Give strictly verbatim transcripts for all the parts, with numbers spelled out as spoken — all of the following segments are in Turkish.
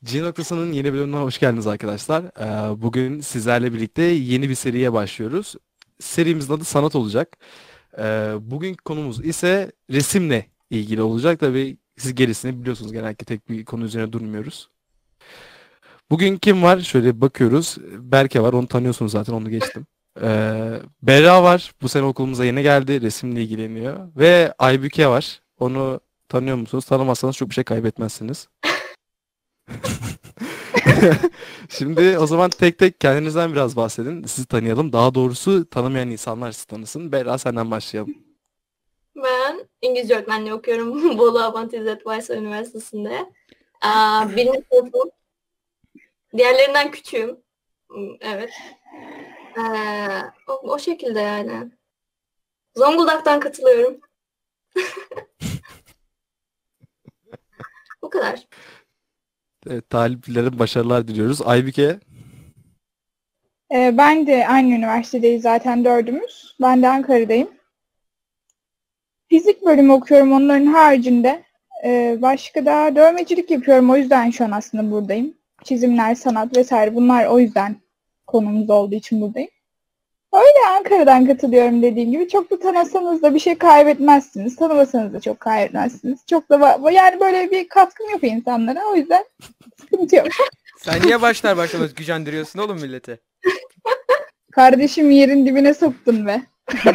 G noktasının yeni bölümüne hoş geldiniz arkadaşlar. Ee, Bugün sizlerle birlikte yeni bir seriye başlıyoruz. Serimizin adı Sanat olacak. Ee, Bugünkü konumuz ise resimle ilgili olacak. Tabii siz gerisini biliyorsunuz, genellikle tek bir konu üzerine durmuyoruz. Bugün kim var? Şöyle bakıyoruz. Berke var, onu tanıyorsunuz zaten, onu geçtim. Ee, Berra var, bu sene okulumuza yeni geldi, resimle ilgileniyor. Ve Aybüke var, onu tanıyor musunuz? Tanımazsanız çok bir şey kaybetmezsiniz. Şimdi o zaman tek tek kendinizden biraz bahsedin. Sizi tanıyalım. Daha doğrusu tanımayan insanlar sizi tanısın. Berra, senden başlayalım. Ben İngilizce öğretmenliği okuyorum Bolu Abant İzzet Baysal Üniversitesi'nde. Aa, birinci sınıfım. Diğerlerinden küçüğüm. Evet. Ee, o, o şekilde yani. Zonguldak'tan katılıyorum. Bu kadar. Evet, taliplere başarılar diliyoruz. Aybüke. Ee, ben de aynı üniversitedeyiz zaten dördümüz. Ben de Ankara'dayım. Fizik bölümü okuyorum onların haricinde. Ee, başka da dövmecilik yapıyorum. O yüzden şu an aslında buradayım. Çizimler, sanat vesaire bunlar o yüzden konumuz olduğu için buradayım. Öyle Ankara'dan katılıyorum dediğim gibi. Çok da tanısanız da bir şey kaybetmezsiniz. Tanımasanız da çok kaybetmezsiniz. Çok da va- yani böyle bir katkım yok insanlara. O yüzden sıkıntı yok. Sen niye başlar başlamaz gücendiriyorsun oğlum milleti? Kardeşim yerin dibine soktun be.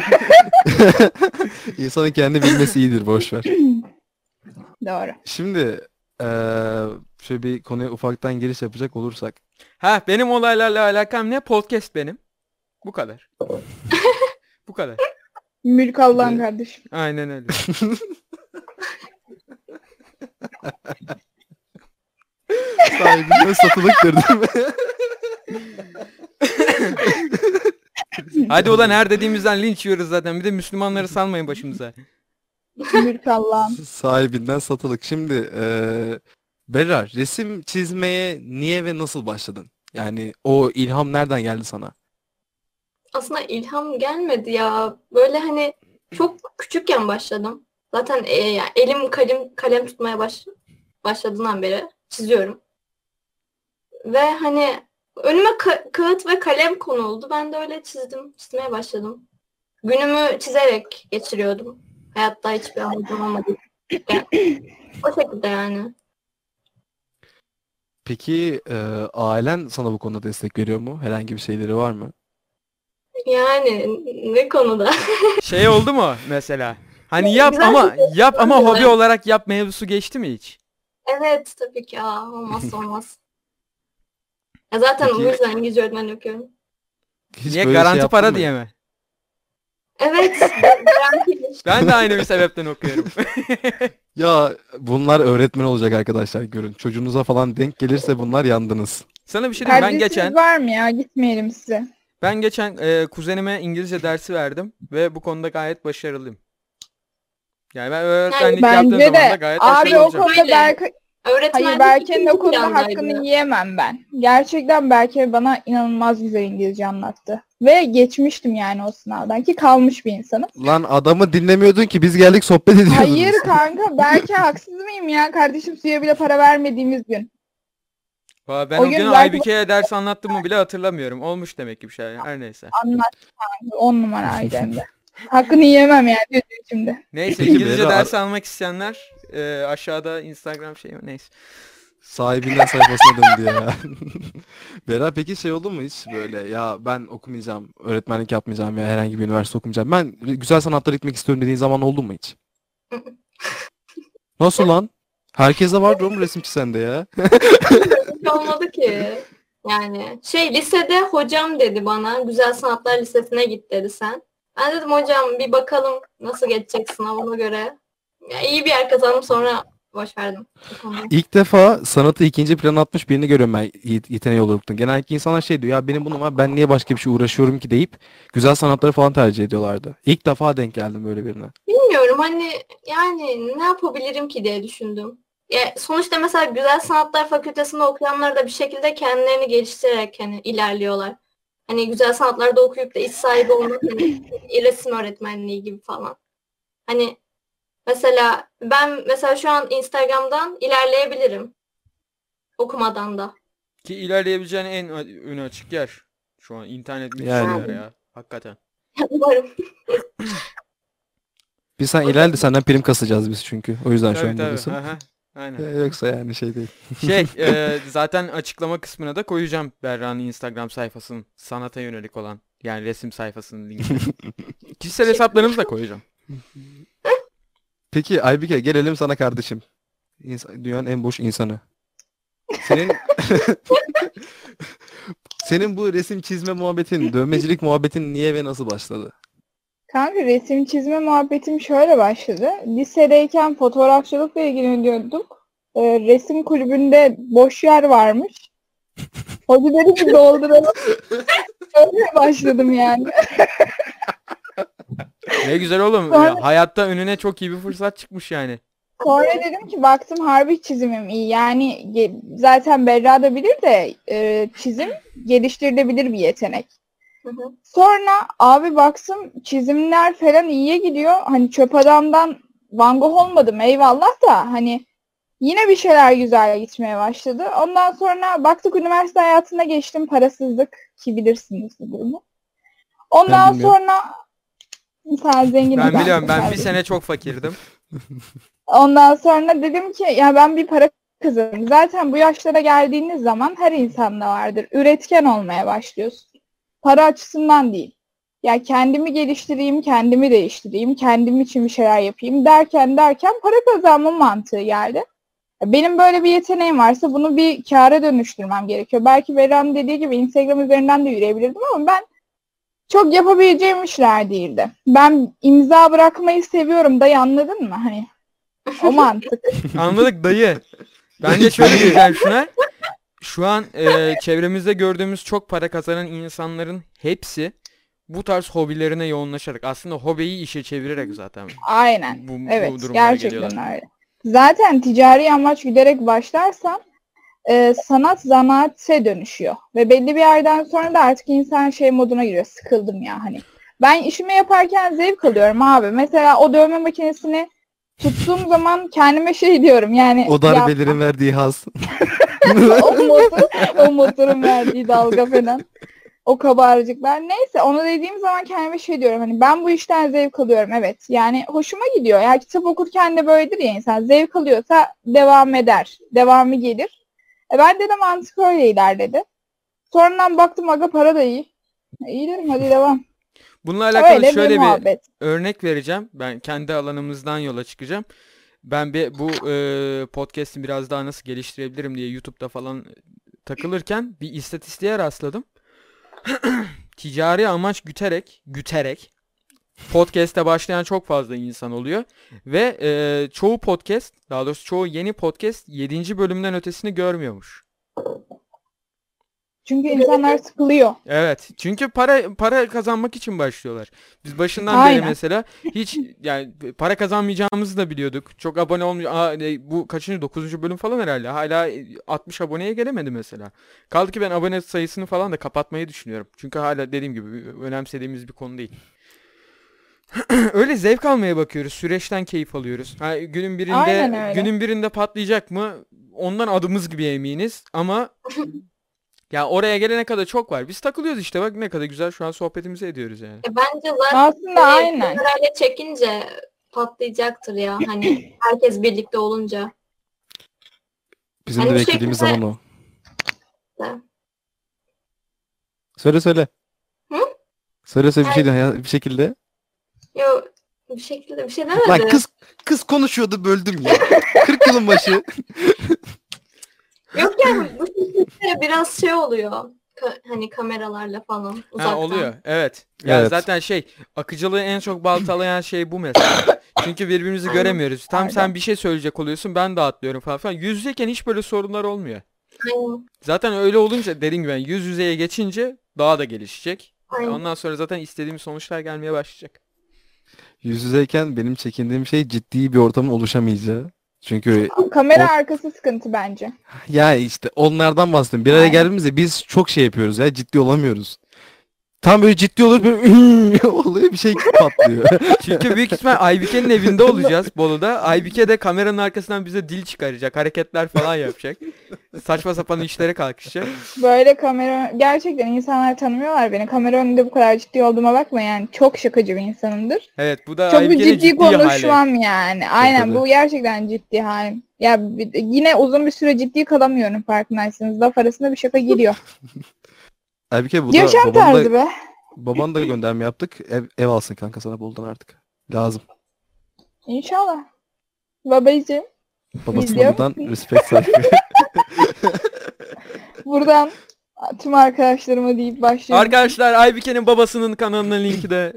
İnsanın kendi bilmesi iyidir, boş ver. Doğru. Şimdi eee, şöyle bir konuya ufaktan giriş yapacak olursak. Ha, benim olaylarla alakam ne? Podcast benim. Bu kadar. Bu kadar. Mülk Allah'ın Evet. kardeşim. Aynen öyle. Sahibinden satılıktır değil mi? Hadi ulan, her dediğimizden linç yiyoruz zaten. Bir de Müslümanları salmayın başımıza. Mülk Allah'ın. Sahibinden satılık. Şimdi eee Berra, resim çizmeye niye ve nasıl başladın? Yani o ilham nereden geldi sana? Aslında ilham gelmedi ya. Böyle hani çok küçükken başladım. Zaten e, yani elim kalem kalem tutmaya baş, başladığından beri çiziyorum. Ve hani önüme ka- kağıt ve kalem konuldu. Ben de öyle çizdim, çizmeye başladım. Günümü çizerek geçiriyordum. Hayatta hiçbir amacım olmadı. Yani, o şekilde yani. Peki eee, ailen sana bu konuda destek veriyor mu? Herhangi bir şeyleri var mı? Yani ne konuda? Şey oldu mu mesela? Hani Güzel yap bir ama şey yap ama söylüyorlar. hobi olarak yap mevzusu geçti mi hiç? Evet tabii ki ya. Olmazsa olmaz. Ya zaten bu Peki yüzden İngilizce öğretmenliği okuyorum. hiç Niye, böyle şey garanti yaptın para mı? diye mi? Evet. garantili. Ben de aynı bir sebepten okuyorum. Ya bunlar öğretmen olacak arkadaşlar, görün. Çocuğunuza falan denk gelirse bunlar, yandınız. Sana bir şey diyeyim mi? Ben Kardeşiniz geçen var mı ya? Gitmeyelim size. ben geçen e, kuzenime İngilizce dersi verdim ve bu konuda gayet başarılıyım. Yani ben öğretmenlik yaptığım Bence zaman da de. gayet Abi başarılı o olacağım. konuda Öyle. Berkay... Hayır, Öğretmenlik Berke'nin ikinci o konuda plandaydı. hakkını yiyemem ben. Gerçekten Berke bana inanılmaz güzel İngilizce anlattı. Ve geçmiştim yani o sınavdan ki kalmış bir insanım. Lan adamı dinlemiyordun ki, biz geldik sohbet ediyordunuz. Hayır kanka, Berke haksız mıyım ya? Kardeşim suya bile para vermediğimiz gün. Valla ben O o gün gün belki- Aybüke'ye ders anlattığımı bile hatırlamıyorum. Olmuş demek ki bir şey. Her neyse. Anlat kanka. On numaraydı hem de. Hakkını yiyemem yani diyor şimdi. Neyse, Peki İngilizce Berra, dersi almak isteyenler e, aşağıda Instagram şeyi neyse. sahibinden sayfasına döndü ya. Berra, peki şey oldu mu hiç böyle, ya ben okumayacağım, öğretmenlik yapmayacağım ya herhangi bir üniversite okumayacağım, ben güzel sanatlara gitmek istiyorum dediğin zaman oldu mu hiç? Nasıl lan? Herkese vardır oğlum resim çizende ya. Hiç olmadı ki. Yani şey lisede hocam dedi bana Güzel Sanatlar Lisesi'ne git dedi sen. Ben dedim hocam bir bakalım nasıl geçecek sınavına göre. Ya, iyi bir yer kazandım sonra boş verdim. bu konuyu. İlk defa sanatı ikinci plana atmış birini görüyorum ben, yet- yeteneği olarak. Genellikle insanlar şey diyor, ya benim bunun var, ben niye başka bir şey uğraşıyorum ki deyip güzel sanatları falan tercih ediyorlardı. İlk defa denk geldim böyle birine. Bilmiyorum hani yani ne yapabilirim ki diye düşündüm. Ya, sonuçta mesela Güzel Sanatlar Fakültesinde okuyanlar da bir şekilde kendilerini geliştirerek hani ilerliyorlar. Hani güzel sanatlarda okuyup da iş sahibi olmak hani resim öğretmenliği gibi falan. Hani mesela ben mesela şu an Instagram'dan ilerleyebilirim. okumadan da. Ki ilerleyebileceğin en a- önü açık yer. Şu an internet müthiş Yani. bir yer ya. Hakikaten. Umarım. Biz sen ileride senden prim kasacağız biz çünkü. O yüzden şu Tabii an tabii. buradasın. Aha, aynen. Ee, Yoksa yani şey değil. Şey e, zaten açıklama kısmına da koyacağım Berra'nın Instagram sayfasının sanata yönelik olan yani resim sayfasının linkini. Kişisel hesaplarımızı da koyacağım. Peki Aybike gelelim sana kardeşim. İnsan, dünyanın en boş insanı. Senin senin bu resim çizme muhabbetin, dövmecilik muhabbetin niye ve nasıl başladı? Kanka resim çizme muhabbetim şöyle başladı. Lisedeyken fotoğrafçılıkla ilgileniyorduk. Ee, resim kulübünde boş yer varmış. Hocaları bir dolduralım. Öyle başladım yani. Ne güzel oğlum. Sonra- Ya, hayatta önüne çok iyi bir fırsat çıkmış yani. Sonra dedim ki baktım harbi çizimim iyi. Yani ge- zaten Berra da bilir de e, çizim geliştirilebilir bir yetenek. Hı hı. Sonra abi baksın çizimler falan iyiye gidiyor. Hani çöp adamdan Van Gogh olmadım eyvallah da hani yine bir şeyler güzel gitmeye başladı. Ondan sonra baktık üniversite hayatına geçtim, parasızlık ki bilirsiniz bu durumu. Ondan bilmiyorum. sonra sen zengin Ben adamsın biliyorum ben bir kardeşim. sene çok fakirdim. Ondan sonra dedim ki ya ben bir para kazanırım. Zaten bu yaşlara geldiğiniz zaman her insanda vardır. Üretken olmaya başlıyorsun. Para açısından değil. Ya kendimi geliştireyim, kendimi değiştireyim, kendim için bir şeyler yapayım derken derken para kazanma mantığı geldi. Benim böyle bir yeteneğim varsa bunu bir kâra dönüştürmem gerekiyor. Belki Berra'nın dediği gibi Instagram üzerinden de yürüyebilirdim ama ben çok yapabileceğim işler değildi. Ben imza bırakmayı seviyorum dayı, anladın mı? Hani o mantık. Anladık dayı. Ben de şöyle diyeceğim şuna. Şu an e, çevremizde gördüğümüz çok para kazanan insanların hepsi bu tarz hobilerine yoğunlaşarak aslında hobiyi işe çevirerek zaten Aynen. bu, bu Evet, durumlara gerçekten geliyorlar. öyle. Zaten ticari amaç güderek başlarsan e, sanat zanaate dönüşüyor. Ve belli bir yerden sonra da artık insan şey moduna giriyor. Sıkıldım ya hani. Ben işimi yaparken zevk alıyorum abi. Mesela o dövme makinesini tuttuğum zaman kendime şey diyorum yani. O ya, darbelerin verdiği haz. o, motor, o motorun verdiği dalga falan. O kabarcıklar. Neyse onu dediğim zaman kendime şey diyorum. Hani ben bu işten zevk alıyorum. Evet. Yani hoşuma gidiyor. Ya kitap okurken de böyledir ya insan. Zevk alıyorsa devam eder. Devamı gelir. E ben de de mantık öyle ilerledi. Sonradan baktım aga para da iyi. E iyi dedim hadi devam. Bununla alakalı Öyle şöyle bir bir muhabbet. örnek vereceğim. Ben kendi alanımızdan yola çıkacağım. Ben bir bu e, podcast'i biraz daha nasıl geliştirebilirim diye YouTube'da falan takılırken bir istatistiğe rastladım. Ticari amaç güterek, güterek podcast'e başlayan çok fazla insan oluyor ve e, çoğu podcast, daha doğrusu çoğu yeni podcast yedinci bölümden ötesini görmüyormuş. Çünkü insanlar sıkılıyor. Evet. Çünkü para para kazanmak için başlıyorlar. Biz başından Aynen. beri mesela hiç yani para kazanmayacağımızı da biliyorduk. Çok abone olmuyor. Aa, e, bu kaçıncı? dokuzuncu bölüm falan herhalde. Hala e, altmış aboneye gelemedi mesela. Kaldı ki ben abone sayısını falan da kapatmayı düşünüyorum. Çünkü hala dediğim gibi önemsediğimiz bir konu değil. Öyle zevk almaya bakıyoruz. Süreçten keyif alıyoruz. Ha, günün birinde Aynen öyle. günün birinde patlayacak mı? Ondan adımız gibi eminiz ama ya oraya gelene kadar çok var. Biz takılıyoruz işte bak ne kadar güzel şu an sohbetimizi ediyoruz yani. E bence zaten Aslında aynen. kamerayla çekince patlayacaktır ya. Hani herkes birlikte olunca. Bizim Yani de bu beklediğimiz şekilde- zaman o. Da. Söyle söyle. Hı? Söyle söyle bir şey de ya- bir şekilde. Yo bir şekilde bir şey Lan demedim. kız kız konuşuyordu böldüm ya. kırk yılın başı. Yok yani bu şekilde biraz şey oluyor. Ka- hani kameralarla falan uzaktan. Ha oluyor. Evet. Ya Evet. zaten şey akıcılığı en çok baltalayan şey bu mesela. Çünkü birbirimizi göremiyoruz. Tam sen Aynen. bir şey söyleyecek oluyorsun ben de atlıyorum falan falan. Yüz yüzeyken hiç böyle sorunlar olmuyor. Aynen. Zaten öyle olunca dediğim gibi yani yüz yüzeye geçince daha da gelişecek. Aynen. Ondan sonra zaten istediğimiz sonuçlar gelmeye başlayacak. Yüz yüzeyken benim çekindiğim şey ciddi bir ortamın oluşamayacağı. Çünkü Kamera O- arkası sıkıntı bence. ya işte onlardan bahsettim. Bir araya Aynen. geldiğimizde biz çok şey yapıyoruz ya ciddi olamıyoruz. Tam böyle ciddi olur böyle oluyor bir şey patlıyor. Çünkü büyük ihtimal Aybike'nin evinde olacağız Bolu'da. Aybike de kameranın arkasından bize dil çıkaracak, hareketler falan yapacak. Saçma sapan işlere kalkışacak. Böyle kamera gerçekten insanlar tanımıyorlar beni. Kamera önünde bu kadar ciddi olduğuma bakma yani. Çok şakacı bir insanımdır. Evet, bu da Çok bir Aybike'nin ciddi ciddi hali. konuşmam yani. Aynen tabii. bu gerçekten ciddi halim. Ya bir- yine uzun bir süre ciddi kalamıyorum farkındaysanız. Laf arasında bir şaka giriyor. Halbuki bu da Yaşam baban tarzı da, be. baban da gönderme yaptık. Ev, ev alsın kanka sana Bolu'dan artık. Lazım. İnşallah. Babacığım Babasına İzliyor buradan musun? respect saygı. buradan tüm arkadaşlarıma deyip başlıyorum. Arkadaşlar, Aybike'nin babasının kanalının linki de.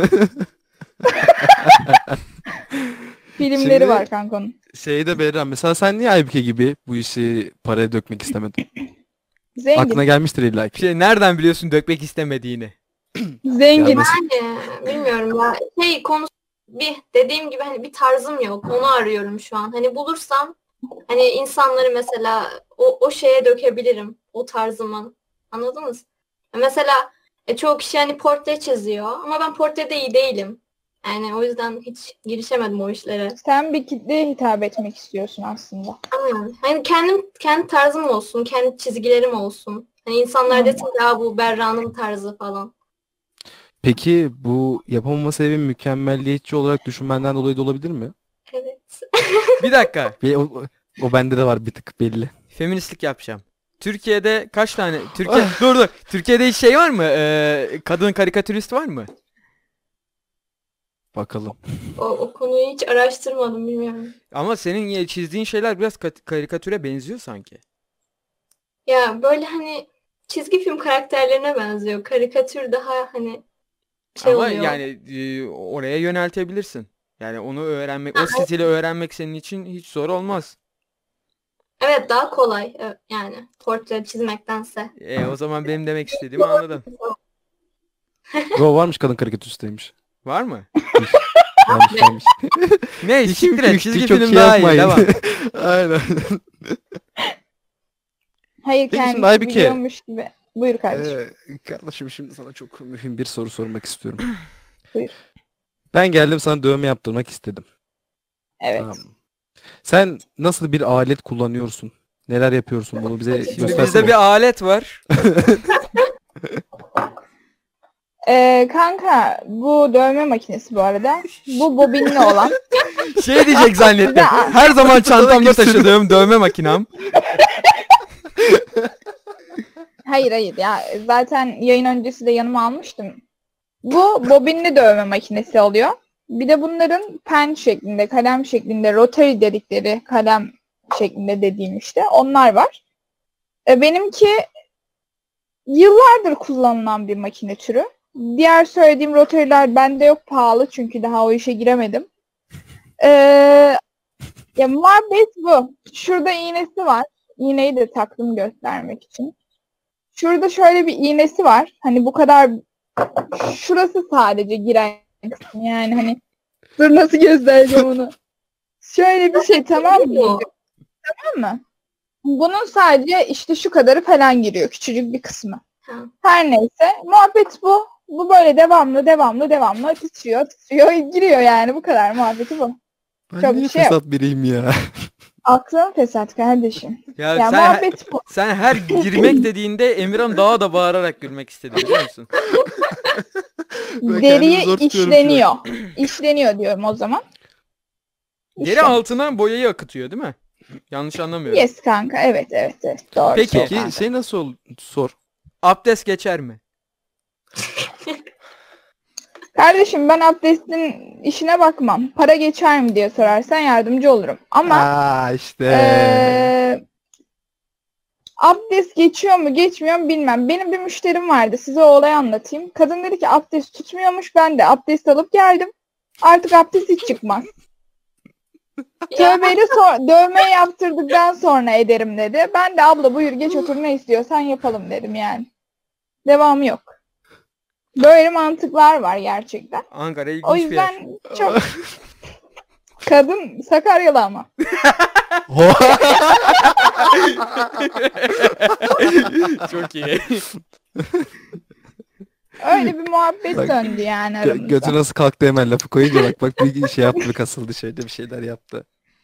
Filmleri Şimdi- var kankonun. Şeyde Berran mesela sen niye Aybüke gibi bu işi paraya dökmek istemedin? Zengin. Aklına gelmiştir illa ki. Şey, nereden biliyorsun dökmek istemediğini? Zengin. Ya mesela- Yani bilmiyorum ya. Şey konusu bir dediğim gibi hani bir tarzım yok. Onu arıyorum şu an. Hani bulursam hani insanları mesela o, o şeye dökebilirim. O tarzımın. Anladınız? Mesela e, çoğu kişi hani portre çiziyor ama ben portrede iyi değilim. Yani o yüzden hiç girişemedim o işlere. Sen bir kitleye hitap etmek istiyorsun aslında. Aynen. Hani kendim kendi tarzım olsun, kendi çizgilerim olsun. Hani insanlar desin ki "Aa, bu Berra'nın tarzı" falan. Peki bu yapamama sebebin mükemmelliyetçi olarak düşünmenden dolayı da olabilir mi? Evet. Bir dakika. Ve o, o bende de var bir tık belli. Feministlik yapacağım. Türkiye'de kaç tane Türkiye dur dur. Türkiye'de hiç şey var mı? Ee, kadın karikatürist var mı? Bakalım. O, o konuyu hiç araştırmadım, bilmiyorum. Ama senin ye- çizdiğin şeyler biraz kat- karikatüre benziyor sanki. Ya böyle hani çizgi film karakterlerine benziyor. Karikatür daha hani şey Ama oluyor. yani e, oraya yöneltebilirsin. Yani onu öğrenmek, o stili öğrenmek senin için hiç zor olmaz. Evet, daha kolay e, yani portre çizmektense. E, o zaman benim demek istediğimi anladın. Yo varmış kadın karikatüristeymiş. Var mı? Varmış varmış. Ne? İki- Siktir et. iki- Çizgi çok film şey daha iyi. yapmayın. Devam. Aynen. Hayır Peki şimdi kendisi Aybüke, biliyormuş gibi. Buyur kardeşim. Ee, kardeşim şimdi sana çok mühim bir soru sormak istiyorum. Buyur. Ben geldim sana dövme yaptırmak istedim. Evet. Tamam. Sen nasıl bir alet kullanıyorsun? Neler yapıyorsun? Bunu bize Şimdi Şimdi göstersene. bizde bir alet var. Ee, kanka bu dövme makinesi bu arada. Bu bobinli olan. Şey diyecek zannettim. Her zaman çantamda taşıdığım dövme makinam. Hayır hayır ya zaten yayın öncesi de yanıma almıştım. Bu bobinli dövme makinesi oluyor. Bir de bunların pen şeklinde, kalem şeklinde, rotary dedikleri kalem şeklinde dediğim işte onlar var. E, benimki yıllardır kullanılan bir makine türü. Diğer söylediğim rotary'ler bende yok, pahalı çünkü daha o işe giremedim. Ee, ya muhabbet bu. Şurada iğnesi var. İğneyi de taktım göstermek için. Şurada şöyle bir iğnesi var. Hani bu kadar şurası sadece giren kısım. Yani hani dur nasıl göstereceğim onu. Şöyle bir şey, tamam mı? Tamam mı? Bunun sadece işte şu kadarı falan giriyor. Küçücük bir kısmı. Ha. Her neyse. Muhabbet bu. Bu böyle devamlı devamlı devamlı titriyor titriyor giriyor yani. Bu kadar muhabbeti bu. Ben Çok niye bir şey yok. fesat biriyim ya? Aklın fesat kardeşim. Ya, Ya sen, muhabbet bu. sen her girmek dediğinde Emirhan daha da bağırarak gülmek istedi, biliyor musun? Ben Deriye kendimi zor tutuyorum işleniyor. İşleniyor diyorum o zaman. Deri İşte. altına boyayı akıtıyor değil mi? Yanlış anlamıyorum. Yes kanka, evet evet evet. Doğru. Peki. söyle Peki kanka. şey nasıl ol- sor. Abdest geçer mi? Kardeşim ben abdestin işine bakmam. Para geçer mi diye sorarsan yardımcı olurum. Ama Aa işte. eee, abdest geçiyor mu geçmiyor mu bilmem. Benim bir müşterim vardı. Size o olayı anlatayım. Kadın dedi ki abdest tutmuyormuş. Ben de abdest alıp geldim. Artık abdest hiç çıkmaz. Ya, Tövbeyle so- dövmeyi yaptırdıktan sonra ederim dedi. Ben de abla buyur geç otur ne istiyorsan yapalım dedim yani. Devamı yok. Böyle mantıklar var gerçekten. Ankara ilginç O bir yer. yüzden çok kadın Sakaryalı ama. Çok iyi. Öyle bir muhabbet Bak, döndü yani Gö- aramızda. götü nasıl kalktı hemen lafı koyunca bak bak bir şey yaptı, bir kasıldı, şöyle bir şeyler yaptı.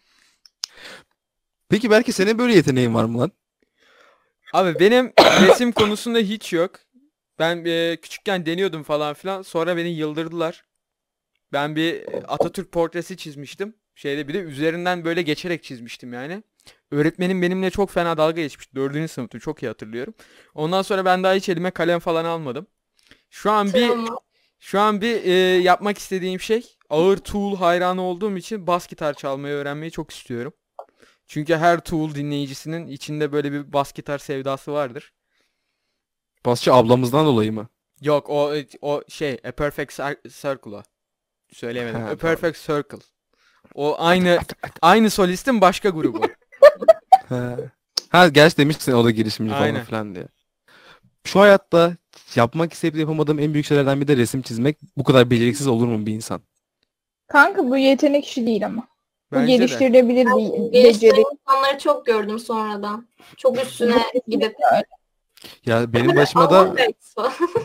Peki belki senin böyle yeteneğin var mı lan? Abi benim resim konusunda hiç yok. Ben e, küçükken deniyordum falan filan. Sonra beni yıldırdılar. Ben bir e, Atatürk portresi çizmiştim. Şeyde bir de üzerinden böyle geçerek çizmiştim yani. Öğretmenim benimle çok fena dalga geçmişti. Dördüncü sınıftım, çok iyi hatırlıyorum. Ondan sonra ben daha hiç elime kalem falan almadım. Şu an bir Travma. şu an bir e, yapmak istediğim şey, ağır Tool hayranı olduğum için bas gitar çalmayı öğrenmeyi çok istiyorum. Çünkü her Tool dinleyicisinin içinde böyle bir bas gitar sevdası vardır. Basçı ablamızdan dolayı mı? Yok, o o şey A Perfect Cir- Circle o. Söyleyemedim. Ha, A tamam. Perfect Circle. O aynı aynı solistin başka grubu. Ha. Ha gerçi demiştin o da girişimci falan Aynen. filan diye. Şu hayatta yapmak isteyip de yapamadığım en büyük şeylerden biri de resim çizmek. Bu kadar beceriksiz olur mu bir insan? Kanka bu yetenek işi değil ama. Bu Bence de. geliştirilebilir bir beceri. Geliştiren insanları çok gördüm sonradan. Çok üstüne gidip. Ya benim başıma da Allah beksin.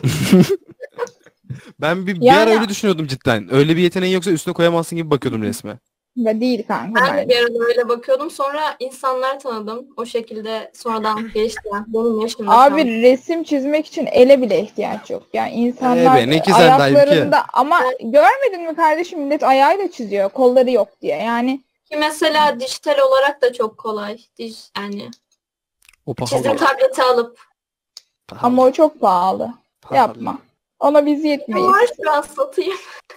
ben bir, bir Yani- ara öyle düşünüyordum cidden. Öyle bir yeteneğin yoksa üstüne koyamazsın gibi bakıyordum resme. Ve değil kanka Ben de bence. bir arada öyle bakıyordum. Sonra insanlar tanıdım. O şekilde sonradan geliştiren. Benim yaşımda şu Abi an. resim çizmek için ele bile ihtiyaç yok. Yani insanlar Ee be, ne ki sen de ayaklarında ama görmedin mi kardeşim, millet ayağıyla çiziyor, kolları yok diye. Yani Ki mesela dijital olarak da çok kolay. Dij, yani O çizim pahalı. tableti alıp. Pahalı, ama o çok pahalı. pahalı. Yapma. Ona biz yetmeyiz. Var şu an satayım.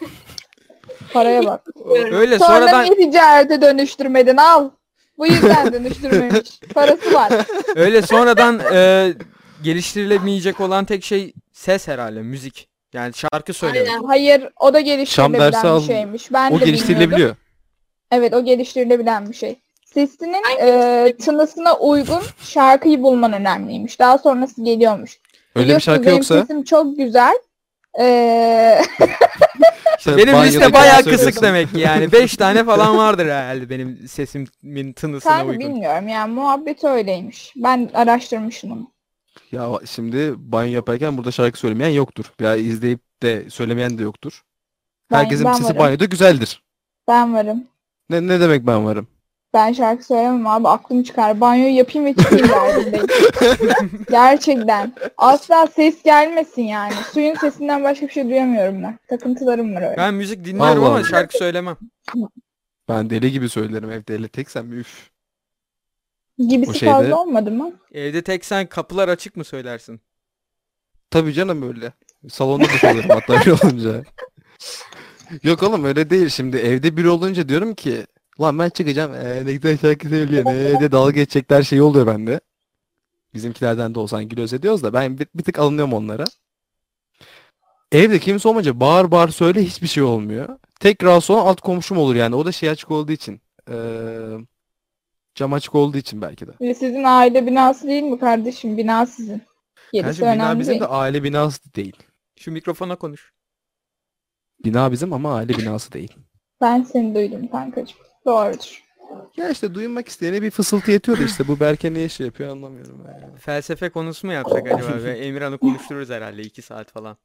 Paraya bak. Öyle Sonra sonradan niye ticarete dönüştürmedin? Al. Bu yüzden dönüştürmemiş. Parası var. öyle sonradan e, geliştirilemeyecek olan tek şey ses herhalde, müzik. Yani şarkı söylemek. Aynen. Hayır, o da Şam dersi geliştirilebilen al. bir şeymiş. Ben O de geliştirilebiliyor. bilmiyordum. Evet, o geliştirilebilen bir şey. Sesinin Ben e, geliştirebiliyorum. tınısına uygun şarkıyı bulman önemliymiş. Daha sonrası geliyormuş. Öyle bir Biliyorsunuz şarkı benim yoksa sesim çok güzel. Ee, işte Benim banyoda liste kendi bayağı söylüyorsun. kısık demek ki yani. Beş tane falan vardır herhalde benim sesimin tınısına kanka uygun. bilmiyorum yani muhabbet öyleymiş. Ben araştırmışım onu. Ya şimdi banyo yaparken burada şarkı söylemeyen yoktur. Ya izleyip de söylemeyen de yoktur. Ben, Herkesin ben sesi varım. banyoda güzeldir. Ben varım. Ne, ne demek ben varım? Ben şarkı söylemem abi, aklım çıkar. Banyoyu yapayım ve çıkayım derdindeyim. Gerçekten. Asla ses gelmesin yani. Suyun sesinden başka bir şey duyamıyorum ben. Takıntılarım var öyle. Ben müzik dinlerim Allah ama Allah. şarkı söylemem. Ben deli gibi söylerim evde, hele teksem üf. Gibisi o şeyde- fazla olmadı mı? Evde tek sen, kapılar açık mı söylersin? Tabii canım öyle. Salonda da söylerim hatta bir olunca. Yok oğlum öyle değil, şimdi evde biri olunca diyorum ki lan ben çıkacağım ee, ne güzel şarkı söylüyor ne de dalga geçecekler şey oluyor bende. Bizimkilerden de olsan gülüyoruz ediyoruz da ben bir, bir tık alınıyorum onlara. Evde kimse olmayınca bağır bağır söyle hiçbir şey olmuyor. Tek rahatsız olan alt komşum olur yani, o da şey açık olduğu için. Ee, cam açık olduğu için belki de. Ve sizin aile binası değil mi kardeşim? Bina sizin. Gerisi Kardeşim bina önemli bizim değil. de aile binası değil. Şu mikrofona konuş. Bina bizim ama aile binası değil. Ben seni duydum kankacığım. Doğrudur. Ya işte duymak isteyene bir fısıltı yetiyor da işte bu Berke niye şey yapıyor anlamıyorum ben yani. Felsefe konusu mu yapsak acaba? Ve Emirhan'ı konuştururuz herhalde iki saat falan.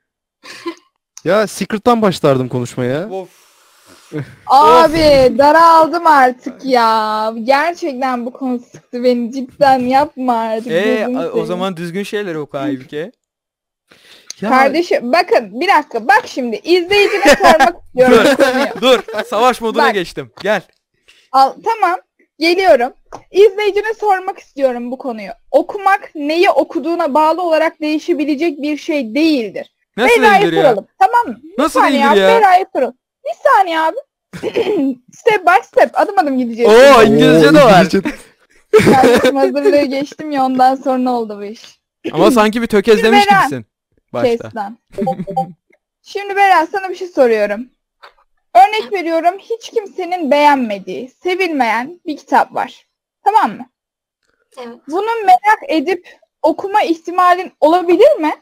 Ya Secret'tan başlardım konuşmaya. Of. Abi daraldım artık ya. Gerçekten bu konu sıktı beni. Cidden yapma artık. Ee, gözünü a- o seveyim. zaman düzgün şeyler oku Aybüke. Ya Kardeşim bakın bir dakika, bak şimdi izleyicine sormak istiyorum bu konuyu. Dur, savaş moduna Bak. geçtim. Gel. Al, tamam geliyorum. İzleyicine sormak istiyorum bu konuyu. Okumak neyi okuduğuna bağlı olarak değişebilecek bir şey değildir. Nasıl Berra'yı değildir ya? soralım, tamam mı? Bir Nasıl saniye değildir abi, ya? Berra'yı soralım. Bir saniye abi. Step by step, adım adım gideceğiz. Oo, İngilizce de var. İngilizce- Kardeşim hazırlığı geçtim ya, ondan sonra oldu bu iş. Ama sanki bir tökezlemiş Şimdi Beren. gibisin. Başta. Kes lan. Şimdi Berat sana bir şey soruyorum. Örnek veriyorum, hiç kimsenin beğenmediği, sevilmeyen bir kitap var. Tamam mı? Evet. Bunu merak edip okuma ihtimalin olabilir mi?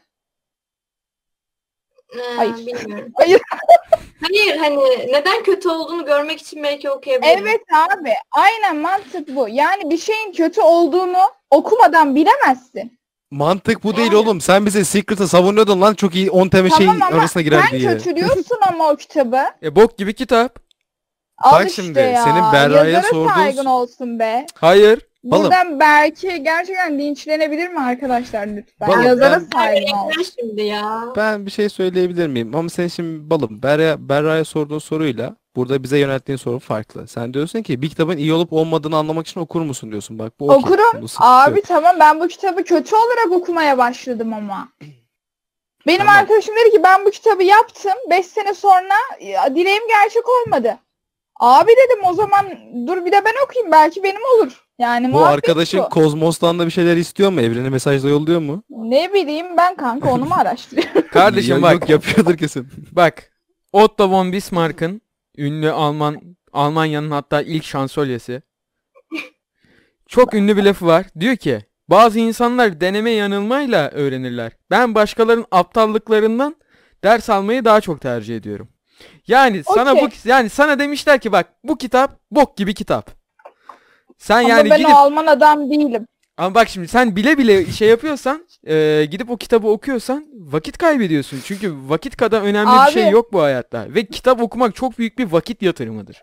Ee, Hayır. Bilmiyorum. Hayır. Hayır, hani neden kötü olduğunu görmek için belki okuyabilirim. Evet abi, aynen mantık bu. Yani bir şeyin kötü olduğunu okumadan bilemezsin. Mantık bu değil Yani- oğlum. Sen bize Secret'ı savunuyordun lan çok iyi on tane şey Tamam ama arasına girer sen diye. kötülüyorsun ama o kitabı. E bok gibi kitap. Al Bak işte şimdi, ya. senin Berra'ya Yazara sorduğun- saygın olsun be. Hayır. Balım. Buradan belki gerçekten linçlenebilir mi arkadaşlar lütfen? Balım, Yazara ben- saygın olsun. Ekler şimdi ya. Ben bir şey söyleyebilir miyim? Ama sen şimdi balım Berra, Berra'ya sorduğun soruyla burada bize yönelttiğin soru farklı. Sen diyorsun ki bir kitabın iyi olup olmadığını anlamak için okur musun diyorsun. Bak bu okey. Okurum. Bu sıkıntı Abi yok. tamam, ben bu kitabı kötü olarak okumaya başladım ama. Benim Tamam. arkadaşım dedi ki ben bu kitabı yaptım. beş sene sonra ya, dileğim gerçek olmadı. Abi dedim o zaman dur bir de ben okuyayım, belki benim olur. Yani Bu muhabbet arkadaşın bu. Kozmos'tan da bir şeyler istiyor mu? Evrene mesajla yolluyor mu? Ne bileyim ben kanka, onu mu araştırıyorum? Kardeşim Ya- bak. Yok yapıyordur kesin. Bak. Otto von Bismarck'ın ünlü Alman Almanya'nın hatta ilk şansölyesi. Çok ünlü bir lafı var. Diyor ki bazı insanlar deneme yanılmayla öğrenirler. Ben başkalarının aptallıklarından ders almayı daha çok tercih ediyorum. Yani sana Okey. bu yani sana demişler ki bak bu kitap bok gibi kitap. Sen Ama yani ben gidip o Alman adam değilim. ama bak şimdi sen bile bile şey yapıyorsan e, gidip o kitabı okuyorsan vakit kaybediyorsun. Çünkü vakit kadar önemli bir Abi. şey yok bu hayatta. Ve kitap okumak çok büyük bir vakit yatırımıdır.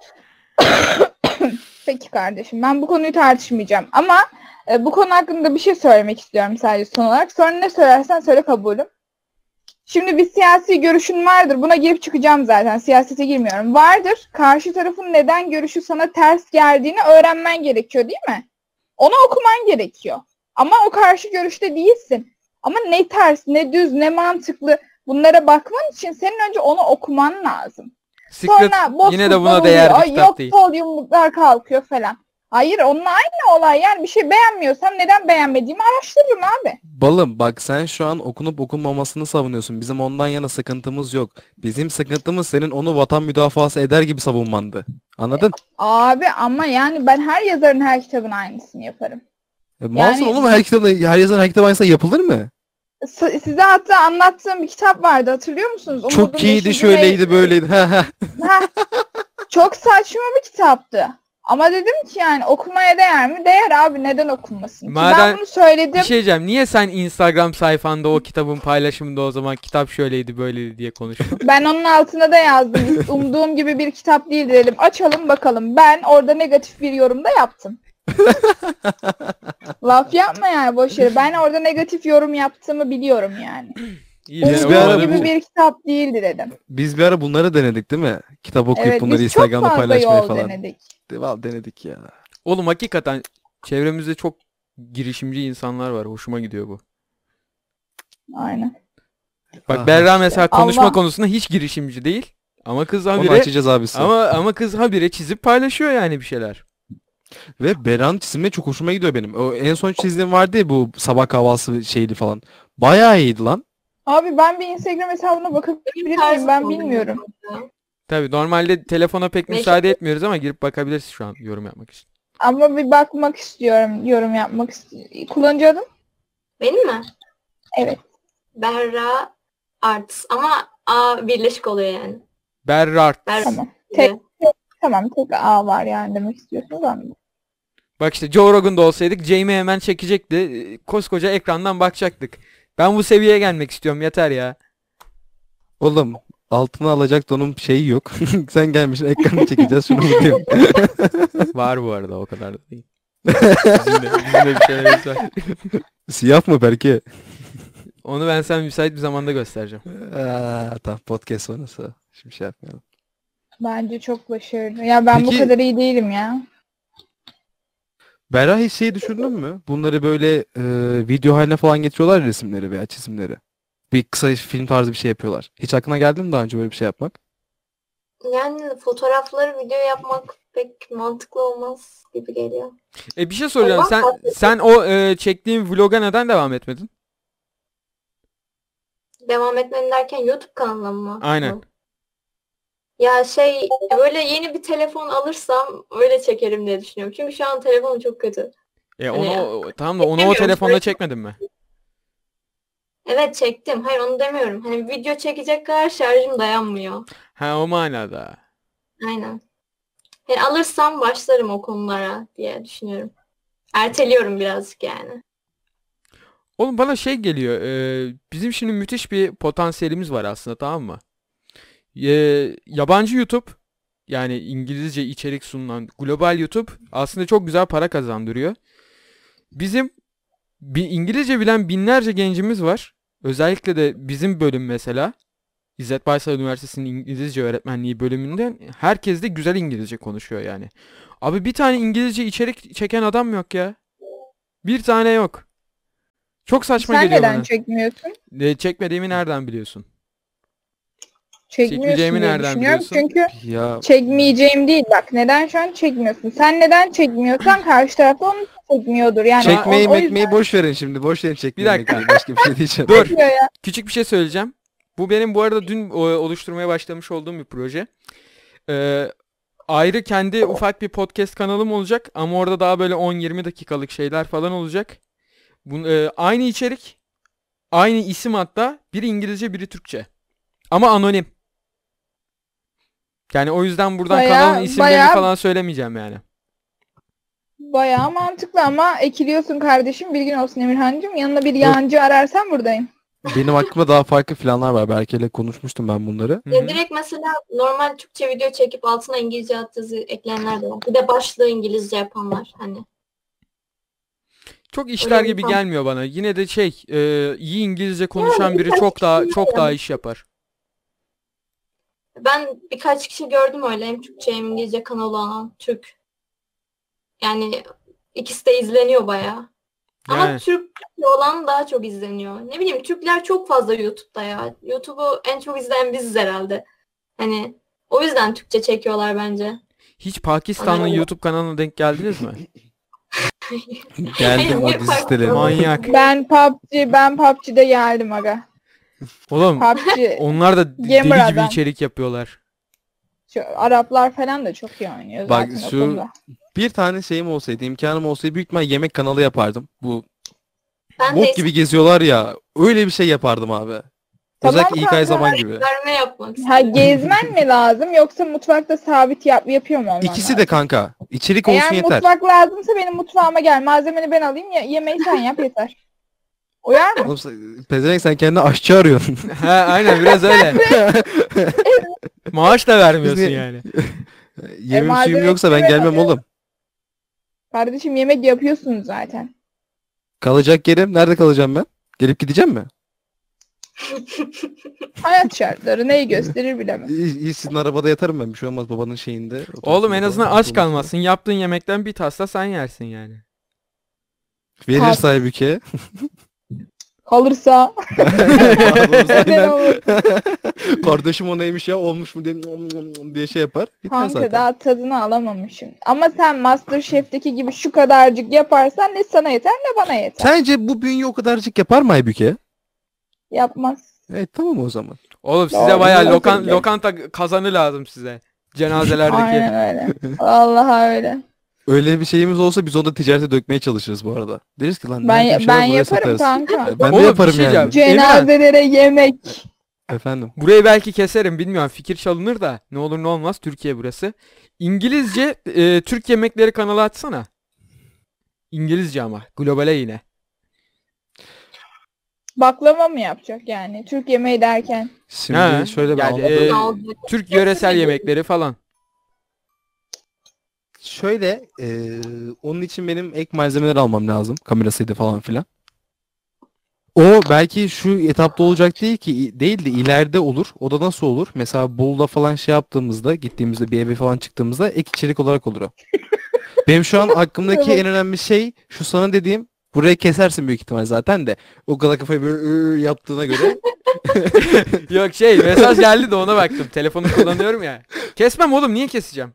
Peki kardeşim, ben bu konuyu tartışmayacağım ama e, bu konu hakkında bir şey söylemek istiyorum sadece son olarak. Sonra ne söylersen söyle, kabulüm. Şimdi bir siyasi görüşün vardır. Buna girip çıkacağım zaten. Siyasete girmiyorum. Vardır. Karşı tarafın neden görüşü sana ters geldiğini öğrenmen gerekiyor değil mi? Onu okuman gerekiyor. Ama o karşı görüşte değilsin. Ama ne ters, ne düz, ne mantıklı bunlara bakman için senin önce onu okuman lazım. Secret Sonra bozkırtlar yine de buna oluyor. değer bir Ay, kitap yok, değil. sol yumruklar kalkıyor falan. Hayır, onunla aynı olay. Yani bir şey beğenmiyorsam neden beğenmediğimi araştırırım abi. Balım bak sen şu an okunup okunmamasını savunuyorsun. Bizim ondan yana sıkıntımız yok. Bizim sıkıntımız senin onu vatan müdafası eder gibi savunmandı. Anladın? Abi ama yani ben her yazarın her kitabın aynısını yaparım. E, malsın Yani- oğlum her kitabın her yazan her kitabın aynısı yapılır mı? S- size hatta anlattığım bir kitap vardı, hatırlıyor musunuz? Çok Umudun iyiydi Yeşili şöyleydi Mey- böyleydi. Ha, ha. Heh, çok saçma bir kitaptı. Ama dedim ki yani okumaya değer mi? Değer abi, neden okunmasın? Ki Madem- ben bunu söyledim. Bir şey diyeceğim. Niye sen Instagram sayfanda o kitabın paylaşımında o zaman kitap şöyleydi böyleydi diye konuştun? Ben onun altına da yazdım. Umduğum gibi bir kitap değil dedim. Açalım bakalım. Ben orada negatif bir yorum da yaptım. Laf yapma yani, boş yere. Ben orada negatif yorum yaptığımı biliyorum yani. İyi Biz de bir o- ara Umduğum gibi bu- bir kitap değildi dedim. Biz bir ara bunları denedik değil mi? Kitap okuyup Evet, bunları biz çok Instagram'da fazla paylaşmayı yol falan. denedik. Vallahi denedik ya. Oğlum hakikaten çevremizde çok girişimci insanlar var. Hoşuma gidiyor bu. Aynen. Bak Ah, Berra mesela konuşma Allah. konusunda hiç girişimci değil. Ama kız Onu habire açacağız abisi. ama ama kız habire çizip paylaşıyor yani bir şeyler. Ve Beran çizimi çok hoşuma gidiyor benim. O en son çizdiğim vardı ya bu sabah kahvaltısı şeyli falan. Bayağı iyiydi lan. Abi ben bir Instagram hesabına bakabilir miyim? Tarzım Ben oluyor bilmiyorum. ya. Tabii normalde telefona pek Meşhur. müsaade etmiyoruz ama girip bakabilirsin şu an yorum yapmak için. Ama bir bakmak istiyorum. Yorum yapmak istiyorum. Kullanıcı adım? Benim mi? Evet. Berra Arts ama A birleşik oluyor yani. Berrart. Berra. Tamam. Tek, tamam tek A var yani demek istiyorsunuz, anladım. Bak işte Joe Rogan'da olsaydık Jamie hemen çekecekti. e, Koskoca ekrandan bakacaktık. Ben bu seviyeye gelmek istiyorum yeter ya. Oğlum altına alacak donum şeyi yok. Sen gelmişsin ekranı çekeceğiz şunu mu diyorum. Var bu arada o kadar da değil. Bizim de, bizim de bir şeylerimiz var. Siyah mı belki? Onu ben sana müsait bir zamanda göstereceğim. Aa, tamam podcast sonrası. Şimdi şey yapmayalım. Bence çok başarılı. Ya ben bu Peki- kadar iyi değilim ya. Berra hiç şey düşündün mü? Bunları böyle e, video haline falan getiriyorlar ya, resimleri veya çizimleri. Bir kısa film tarzı bir şey yapıyorlar. Hiç aklına geldi mi daha önce böyle bir şey yapmak? Yani fotoğrafları video yapmak pek mantıklı olmaz gibi geliyor. E bir şey soracağım. Allah Sen kahretsin. sen o e, çektiğin vloga neden devam etmedin? Devam etmem derken YouTube kanalına mı? Aynen. Ya şey böyle yeni bir telefon alırsam öyle çekerim diye düşünüyorum. Çünkü şu an telefonum çok kötü. E Hani onu ya. o- tamam da onu o Çekemiyorum, telefonla böyle- çekmedin mi? Evet çektim. Hayır onu demiyorum. Hani video çekecek kadar şarjım dayanmıyor. Ha o manada. Aynen. Yani alırsam başlarım o konulara diye düşünüyorum. Erteliyorum birazcık yani. Oğlum bana şey geliyor. e, bizim şimdi müthiş bir potansiyelimiz var aslında, tamam mı? E, yabancı YouTube, yani İngilizce içerik sunulan global YouTube aslında çok güzel para kazandırıyor. Bizim bir İngilizce bilen binlerce gencimiz var. Özellikle de bizim bölüm mesela. İzzet Baysal Üniversitesi'nin İngilizce öğretmenliği bölümünde herkes de güzel İngilizce konuşuyor yani. Abi bir tane İngilizce içerik çeken adam yok ya. Bir tane yok. Çok saçma Sen geliyor neden bana. çekmiyorsun? E, çekmediğimi nereden biliyorsun? Çekmiyorsun Çekmeyeceğimi diye nereden düşünüyorum. biliyorsun? Çünkü Ya çekmeyeceğim değil. Bak neden şu an çekmiyorsun? Sen neden çekmiyorsan karşı taraf da onu çekmiyordur. Yani çekmeyi o, o yüzden mekmeyi boş verin şimdi. Boş verin çekmeyi Bir dakika. mekmeyi. Başka bir şey diyeceğim. Dur. çekmiyor ya. Küçük bir şey söyleyeceğim. Bu benim bu arada dün o- oluşturmaya başlamış olduğum bir proje. Ee, ayrı kendi ufak bir podcast kanalım olacak ama orada daha böyle on yirmi dakikalık şeyler falan olacak. Bu, e, aynı içerik, aynı isim hatta, biri İngilizce biri Türkçe. Ama anonim. Yani o yüzden buradan Bayağı- kanalın isimlerini bayağı- falan söylemeyeceğim yani. Bayağı mantıklı ama ekiliyorsun kardeşim. Bilgin olsun Emirhancığım. Yanına bir yancı ararsan buradayım. Benim aklımda daha farklı planlar var. Berke'yle konuşmuştum ben bunları. Hı Ya hı. direkt mesela normal Türkçe video çekip altına İngilizce altyazı ekleyenler de var. Bir de başlığı İngilizce yapanlar hani. Çok işler Öyle gibi bir- gelmiyor bana. Yine de şey, e, iyi İngilizce konuşan Yani biri birkaç çok daha kişi çok var daha yani. iş yapar. Ben birkaç kişi gördüm öyle hem Türkçe hem İngilizce kanalı olan Türk. Yani ikisi de izleniyor bayağı. Ama Yani. Türkçe olan daha çok izleniyor. Ne bileyim Türkler çok fazla YouTube'da ya. YouTube'u en çok izleyen biziz herhalde. Hani o yüzden Türkçe çekiyorlar bence. Hiç Pakistanlı Aynen. YouTube kanalına denk geldiniz mi? Geldim o Niye dizi farklı sitelerine. oldu? Manyak. Ben P U B G, ben P U B G'de geldim aga. Oğlum P U B G, onlar da Gamer deli gibi adam. içerik yapıyorlar. şu Araplar falan da çok iyi oynuyor Bak zaten şu- o konuda. Bir tane şeyim olsaydı, imkanım olsaydı büyük ihtimal yemek kanalı yapardım. Bu Ben de bok gibi geziyorlar ya. Öyle bir şey yapardım abi. Tamam Özellikle İlkay kanka. Zaman gibi. verme yapmak Ha istiyorum. gezmen mi lazım yoksa mutfakta sabit yap yapıyor mu olman İkisi de lazım? kanka. İçerik Eğer olsun yeter. mutfak lazımsa benim mutfağıma gel. Malzemeni ben alayım ya yemeği sen yap yeter. Uyar mı? Oğlum sen- Pezevenk sen kendine aşçı arıyorsun. He aynen biraz öyle. Maaş da vermiyorsun Biz- yani. Yemim suyum malzeme yoksa ben ben gelmem alıyorum. oğlum. Kardeşim yemek yapıyorsunuz zaten. Kalacak yerim. Nerede kalacağım ben? Gelip gideceğim mi? Hayat şartları neyi gösterir bilemem. İyi, iyi sizin arabada yatarım ben. Bir şey olmaz babanın şeyinde. Oğlum en otobüsünde azından falan. aç kalmazsın. Yaptığın yemekten bir tasla sen yersin yani. Verir Kalk. sahibi ki. Kalırsa neden olur? Kardeşim o neymiş ya olmuş mu diye, diye şey yapar. Biter Kanka zaten. daha tadını alamamışım. Ama sen MasterChef'teki gibi şu kadarcık yaparsan ne sana yeter ne bana yeter. Sence bu bünye o kadarcık yapar mı Aybüke? Yapmaz. Evet tamam o zaman. Oğlum size Doğru, bayağı doğru lokan, söylüyorsun. lokanta kazanı lazım size. Cenazelerdeki. Aynen öyle. Vallahi öyle. Öyle bir şeyimiz olsa biz onu da ticarete dökmeye çalışırız bu arada. Deriz ki lan Ben nerede bir şey ben var, buraya yaparım satarız. kanka. Ben Oğlum, de bir yaparım şey yani. diyeceğim. Emirhan, Cenazelere yemek. Efendim. burayı belki keserim bilmiyorum. Fikir çalınır da ne olur ne olmaz. Türkiye burası. İngilizce e, Türk yemekleri kanalı açsana. İngilizce ama. Globale yine. Baklava mı yapacak yani? Türk yemeği derken. Şimdi Ha, şöyle bir yani, anladım. e, Ne oldu? Türk yöresel yemekleri falan. Şöyle e, onun için benim ek malzemeler almam lazım. Kamerasıydı falan filan. O belki şu etapta olacak değil ki değil de ileride olur. O da nasıl olur? Mesela Bolu'da falan şey yaptığımızda gittiğimizde bir eve falan çıktığımızda ek içerik olarak olur o. Benim şu an aklımdaki en önemli şey şu sana dediğim burayı kesersin büyük ihtimal zaten de. O kadar kafayı böyle ıı yaptığına göre. Yok şey mesaj geldi de ona baktım. Telefonu kullanıyorum ya. Kesmem oğlum niye keseceğim?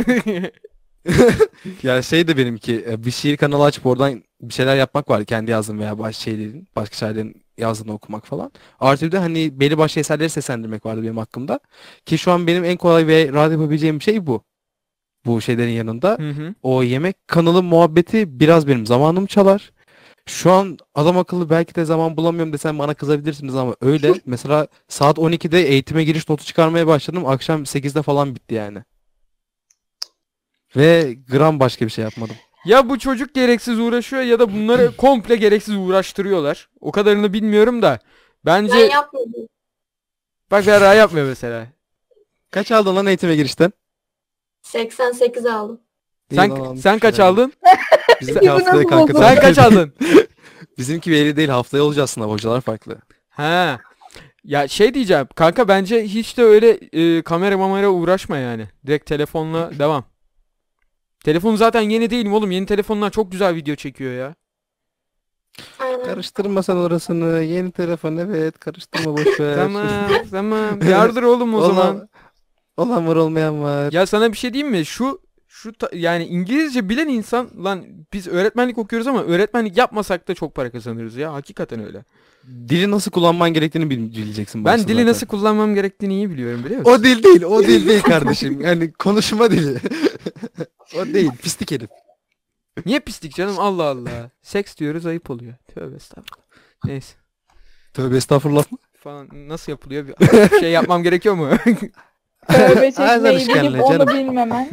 Ya şey de benimki e, bir şiir kanalı açıp oradan bir şeyler yapmak var. Kendi yazdığım veya başka şeylerin, başka şairlerin yazdığını okumak falan. Artı bir de hani belli başlı eserleri seslendirmek vardı benim hakkımda. Ki şu an benim en kolay ve rahat yapabileceğim şey bu. Bu şeylerin yanında. Hı hı. O yemek kanalı muhabbeti biraz benim zamanımı çalar. Şu an adam akıllı belki de zaman bulamıyorum desem bana kızabilirsiniz ama öyle. Mesela saat on ikide eğitime giriş notu çıkarmaya başladım. Akşam sekizde falan bitti yani. Ve gram başka bir şey yapmadım. Ya bu çocuk gereksiz uğraşıyor ya da bunları komple gereksiz uğraştırıyorlar. O kadarını bilmiyorum da. Ben Bence yapmadım. bak Berra yapmıyor mesela. Kaç aldın lan eğitime girişten? seksen sekiz aldım. İyi Sen lan, almış sen kaç güzel. aldın? Bizimki Bizi haftaya nasıl kanka. buldun? Sen kaç aldın? Bizimki belli değil, haftaya olacağız sınav, hocalar farklı. Ha. Ya şey diyeceğim. Kanka bence hiç de öyle e, kamera mamera uğraşma yani. Direkt telefonla devam. Telefon zaten yeni değil mi oğlum? Yeni telefonlar çok güzel video çekiyor ya. Aynen. Karıştırma sen orasını. Yeni telefon, evet, karıştırma, boş ver. Tamam tamam. Yardır oğlum o Olan- zaman. Olan var, olmayan var. Ya sana bir şey diyeyim mi? Şu şu ta- yani İngilizce bilen insan lan biz öğretmenlik okuyoruz ama öğretmenlik yapmasak da çok para kazanırız ya. Hakikaten öyle. Dili nasıl kullanman gerektiğini bil- bileceksin Ben başta dili zaten. nasıl kullanmam gerektiğini iyi biliyorum biliyor musun? O dil değil, o dil değil kardeşim. Yani konuşma dili. O değil, pislik herif. Niye pislik canım? Allah Allah. Seks diyoruz ayıp oluyor. Tövbe estağfurullah. Neyse. Tövbe estağfurullah. Falan nasıl yapılıyor? Bir bir şey yapmam gerekiyor mu? Tövbe Ağzına çekmeyi işkenle bilip onu canım. bilmemen.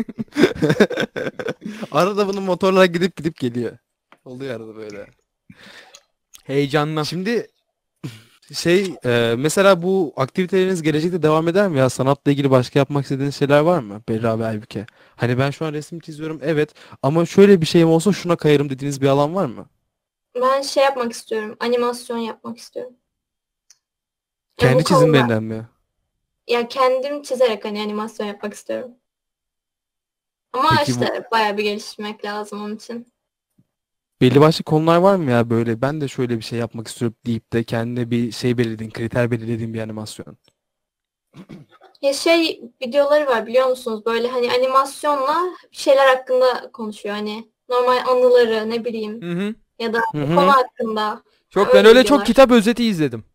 Arada bunun motorlar gidip gidip geliyor. Oluyor arada böyle. Heyecandan. Şimdi şey e, mesela bu aktiviteleriniz gelecekte devam eder mi ya? Sanatla ilgili başka yapmak istediğiniz şeyler var mı? Berra ve Aybüke. Hani ben şu an resim çiziyorum, evet, ama şöyle bir şeyim olsa şuna kayarım dediğiniz bir alan var mı? Ben şey yapmak istiyorum. Animasyon yapmak istiyorum. Ya Kendi bu konuda- çizimlerinden mi? Ya kendim çizerek hani animasyon yapmak istiyorum. Ama Peki işte bayağı bir geliştirmek lazım onun için. Belli başlı konular var mı ya böyle? Ben de şöyle bir şey yapmak istiyorum deyip de kendine bir şey belirlediğin, kriter belirlediğin bir animasyon. Ya şey videoları var biliyor musunuz? Böyle hani animasyonla bir şeyler hakkında konuşuyor. Hani normal anıları ne bileyim Hı hı. ya da Hı bir hı. konu hakkında. Çok Öyle ben öyle çok videolar. kitap özeti izledim.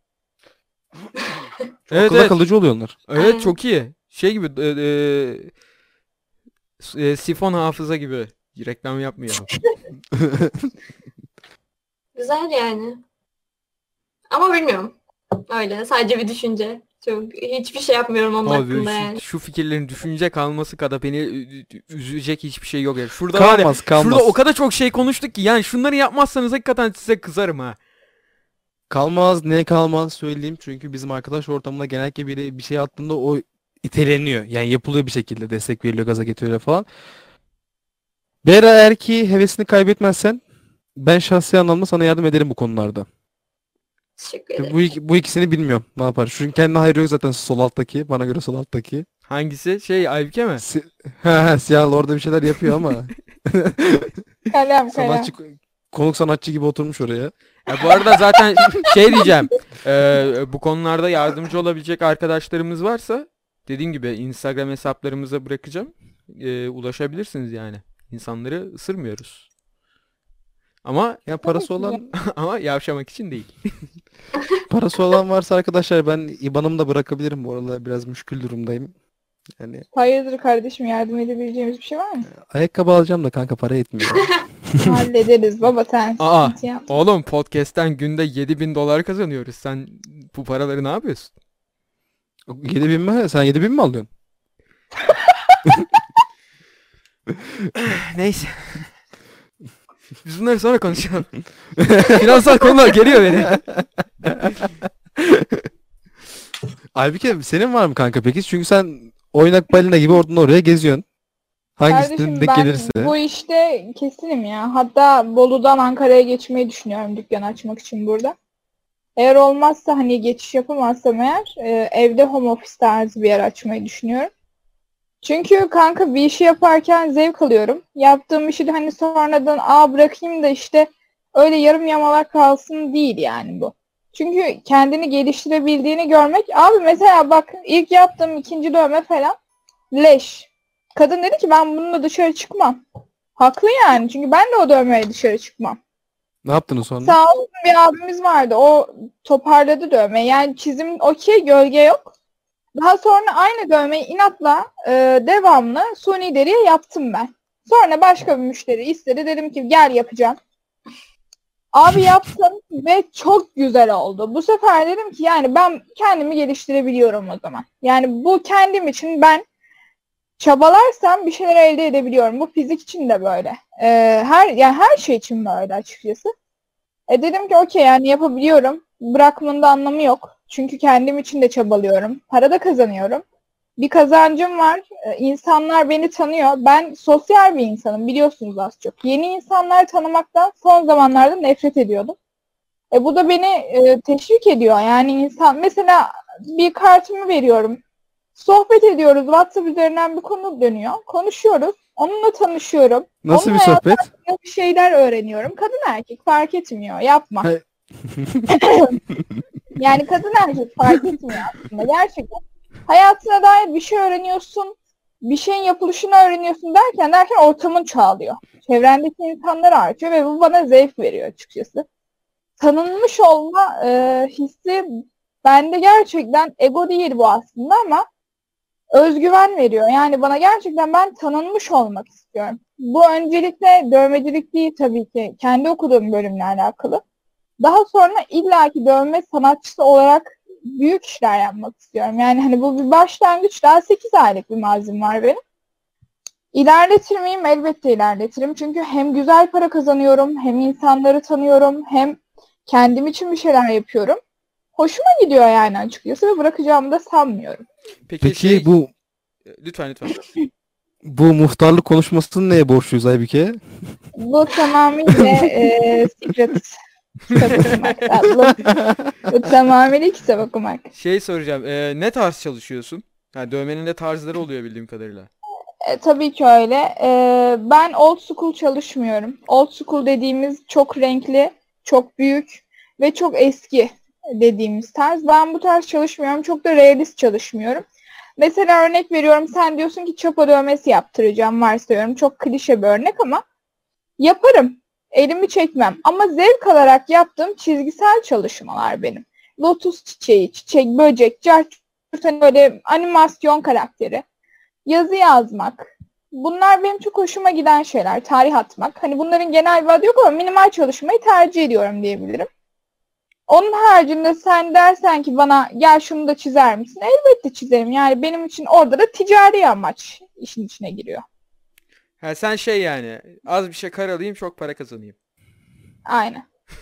Evet Akılda evet. kalıcı oluyor onlar. Evet Aynen. çok iyi. Şey gibi e, e, s- e, sifon hafıza gibi. Reklam yapmayalım. Güzel yani. Ama bilmiyorum. Öyle sadece bir düşünce. Çok hiçbir şey yapmıyorum onun Abi hakkında şu, yani. şu fikirlerin düşünce kalması kadar beni ü- ü- üzecek hiçbir şey yok ya. Şurada var ya, Kalmaz, kalmaz. şurada o kadar çok şey konuştuk ki yani şunları yapmazsanız hakikaten size kızarım ha. Kalmaz, ne kalmaz söyleyeyim. Çünkü bizim arkadaş ortamında genellikle biri bir şey attığında o iteleniyor. Yani yapılıyor bir şekilde, destek veriliyor, gaza getiriyor falan. Bera, eğer ki hevesini kaybetmezsen ben şahsi anlamda sana yardım ederim bu konularda. Teşekkür ederim. Bu, iki- bu ikisini bilmiyorum ne yapar. Çünkü kendine hayrı yok zaten sol alttaki. Bana göre sol alttaki. Hangisi? Şey Aybüke mi? Si ha, ha, siyahlı orada bir şeyler yapıyor ama Kalem kalem. sanatçı, konuk sanatçı gibi oturmuş oraya. Ya bu arada zaten şey diyeceğim. e, bu konularda yardımcı olabilecek arkadaşlarımız varsa dediğim gibi Instagram hesaplarımıza bırakacağım. E, ulaşabilirsiniz yani. İnsanları ısırmıyoruz. Ama Ya parası olan ama yavşamak için değil. parası olan varsa arkadaşlar ben I B A N'ımı da bırakabilirim, bu arada biraz müşkül durumdayım. Yani Hayırdır kardeşim, yardım edebileceğimiz bir şey var mı? ayakkabı alacağım da kanka para yetmiyor. Hallederiz baba, sen Aa, sıkıntı yapma. oğlum podcast'ten günde yedi bin dolar kazanıyoruz. Sen bu paraları ne yapıyorsun? yedi bin mi? Sen yedi bin mi alıyorsun? Neyse. Biz bunları sonra konuşalım. Finansal konular geliyor beni. Aybüke senin var mı kanka peki? Çünkü sen oynak balina gibi oradan oraya geziyorsun. Hangisinin Kardeşim denk ben gelirse. bu işte kesinim ya. Hatta Bolu'dan Ankara'ya geçmeyi düşünüyorum dükkan açmak için burada. Eğer olmazsa, hani geçiş yapamazsam eğer e, evde home office tarzı bir yer açmayı düşünüyorum. Çünkü kanka bir işi yaparken zevk alıyorum. Yaptığım işi de hani sonradan aa bırakayım da işte öyle yarım yamalak kalsın değil yani bu. Çünkü kendini geliştirebildiğini görmek. Abi mesela bak, ilk yaptığım ikinci dövme falan leş. Kadın dedi ki ben bununla dışarı çıkmam. Haklı yani, çünkü ben de o dövmeye dışarı çıkmam. Ne yaptınız sonra? Sağ olsun bir abimiz vardı, o toparladı dövmeyi. Yani çizim okey, gölge yok. Daha sonra aynı dövmeyi inatla e, devamlı suni deriye yaptım ben. Sonra başka bir müşteri istedi, dedim ki gel yapacağım. Abi yaptım ve çok güzel oldu. Bu sefer dedim ki yani ben kendimi geliştirebiliyorum o zaman. Yani bu kendim için ben çabalarsam bir şeyler elde edebiliyorum. Bu fizik için de böyle. Ee, her yani her şey için böyle açıkçası. E dedim ki okey yani yapabiliyorum. Bırakmanın da anlamı yok. Çünkü kendim için de çabalıyorum. Para da kazanıyorum. Bir kazancım var. Ee, insanlar beni tanıyor. Ben sosyal bir insanım biliyorsunuz az çok. Yeni insanlar tanımaktan son zamanlarda nefret ediyordum. E bu da beni e, teşvik ediyor. Yani insan mesela bir kartımı veriyorum. Sohbet ediyoruz. WhatsApp üzerinden bir konu dönüyor. Konuşuyoruz. Onunla tanışıyorum. Nasıl Onun bir sohbet? bir şeyler öğreniyorum. Kadın erkek fark etmiyor. Yapma. Hay- Yani kadın erkek fark etmiyor aslında. Gerçekten. Hayatına dair bir şey öğreniyorsun. Bir şeyin yapılışını öğreniyorsun derken derken ortamın çoğalıyor. Çevrendeki insanlar artıyor ve bu bana zevk veriyor açıkçası. Tanınmış olma e, hissi bende gerçekten ego değil bu aslında ama özgüven veriyor. Yani bana gerçekten ben tanınmış olmak istiyorum. Bu öncelikle dövmecilik değil tabii ki. Kendi okuduğum bölümle alakalı. Daha sonra illaki dövme sanatçısı olarak büyük işler yapmak istiyorum. Yani hani bu bir başlangıç. Daha sekiz aylık bir mazim var benim. İlerletir miyim? Elbette ilerletirim. Çünkü hem güzel para kazanıyorum, hem insanları tanıyorum, hem kendim için bir şeyler yapıyorum. Hoşuma gidiyor yani açıkçası ve bırakacağımı da sanmıyorum. Peki, Peki şey bu lütfen lütfen. bu muhtarlık konuşmasını neye borçluyuz Aybike? Bu tamamıyla e, secret kitap okumak. Tatlım. Bu tamamıyla kitap okumak. Şey soracağım. e, ne tarz çalışıyorsun? Yani dövmenin de tarzları oluyor bildiğim kadarıyla. E, tabii ki öyle. E, ben old school çalışmıyorum. Old school dediğimiz çok renkli, çok büyük ve çok eski dediğimiz tarz. Ben bu tarz çalışmıyorum. Çok da realist çalışmıyorum. Mesela örnek veriyorum. Sen diyorsun ki çapa dövmesi yaptıracağım. Varsayıyorum. Çok klişe bir örnek ama yaparım. Elimi çekmem. Ama zevk alarak yaptığım çizgisel çalışmalar benim. Lotus çiçeği, çiçek, böcek, cart, hani böyle animasyon karakteri. Yazı yazmak. Bunlar benim çok hoşuma giden şeyler. Tarih atmak. Hani bunların genel bir adı yok ama minimal çalışmayı tercih ediyorum diyebilirim. Onun haricinde sen dersen ki bana gel şunu da çizer misin? Elbette çizerim. Yani benim için orada da ticari amaç işin içine giriyor. Ha, sen şey yani az bir şey karalayayım çok para kazanayım. Aynen.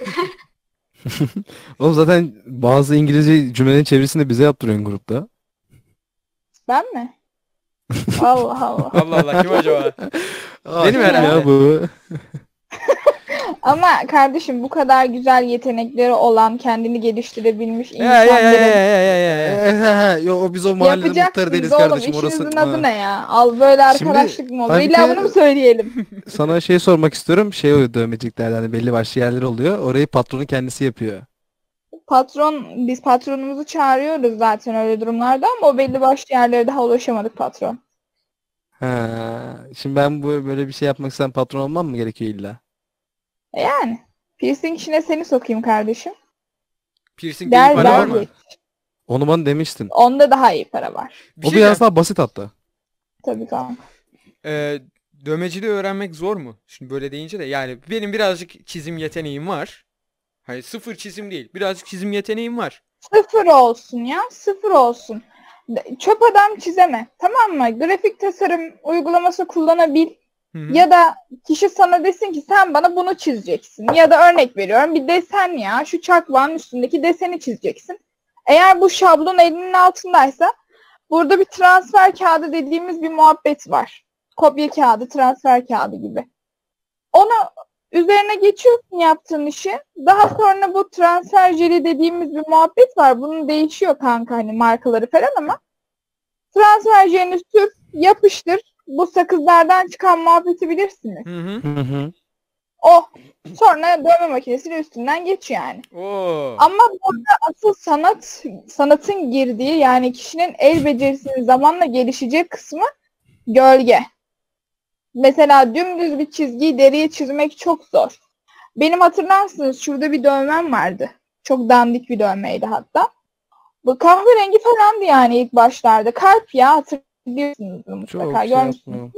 Oğlum zaten bazı İngilizce cümlelerin çevirisini de bize yaptırıyorsun grupta. Ben mi? Allah Allah. Allah Allah kim acaba? Aa, Benim kim herhalde. ya bu. Ama kardeşim bu kadar güzel yetenekleri olan, kendini geliştirebilmiş Ya ya ya ya insanların ya ya ya ya. Yo, o biz o mahallenin muhtarı yapacaksınız değiliz oğlum. kardeşim. İşinizin Orası... adı Ha. ne ya? Al böyle arkadaşlık mı olur? halbuki- İlla bunu mu söyleyelim? Sana şey sormak istiyorum. Şey oluyor dövmeciklerde hani belli başlı yerler oluyor. Orayı patronu kendisi yapıyor. Patron, biz patronumuzu çağırıyoruz zaten öyle durumlarda ama o belli başlı yerlere daha ulaşamadık patron. Ha. Şimdi ben bu böyle bir şey yapmak istedim patron olmam mı gerekiyor illa? E yani. Piercing işine seni sokayım kardeşim. Piercing Der para var der mı? geç. Onu bana demiştin. Onda daha iyi para var. Bir O şey biraz diyeceğim. daha basit hatta. Tabii tamam. Ee, dövmeciliği öğrenmek zor mu? Şimdi böyle deyince de yani benim birazcık çizim yeteneğim var. Hayır sıfır çizim değil. Birazcık çizim yeteneğim var. Sıfır olsun ya. Sıfır olsun. De- Çöp adam çizeme. Tamam mı? Grafik tasarım uygulaması kullanabil. Hı hı. Ya da kişi sana desin ki sen bana bunu çizeceksin. Ya da örnek veriyorum bir desen ya. Şu çakmağın üstündeki deseni çizeceksin. Eğer bu şablon elinin altındaysa burada bir transfer kağıdı dediğimiz bir muhabbet var. Kopya kağıdı, transfer kağıdı gibi. Onu üzerine geçiyorsun yaptığın işi. Daha sonra bu transfer jeli dediğimiz bir muhabbet var. Bunun değişiyor kanka hani markaları falan ama transfer jelini sür, yapıştır. Bu sakızlardan çıkan muhabbeti bilirsiniz. Hı hı. Hı hı. O. Sonra dövme makinesiyle üstünden geç yani. Oo. Ama burada asıl sanat, sanatın girdiği yani kişinin el becerisinin zamanla gelişecek kısmı gölge. Mesela dümdüz bir çizgiyi deriye çizmek çok zor. Benim hatırlarsınız şurada bir dövmem vardı. Çok dandik bir dövmeydi hatta. Bu kahverengi falandı yani ilk başlarda. Kalp ya hatırlıyorsunuz Çok mutlaka şey görmüşsünüz. yapma.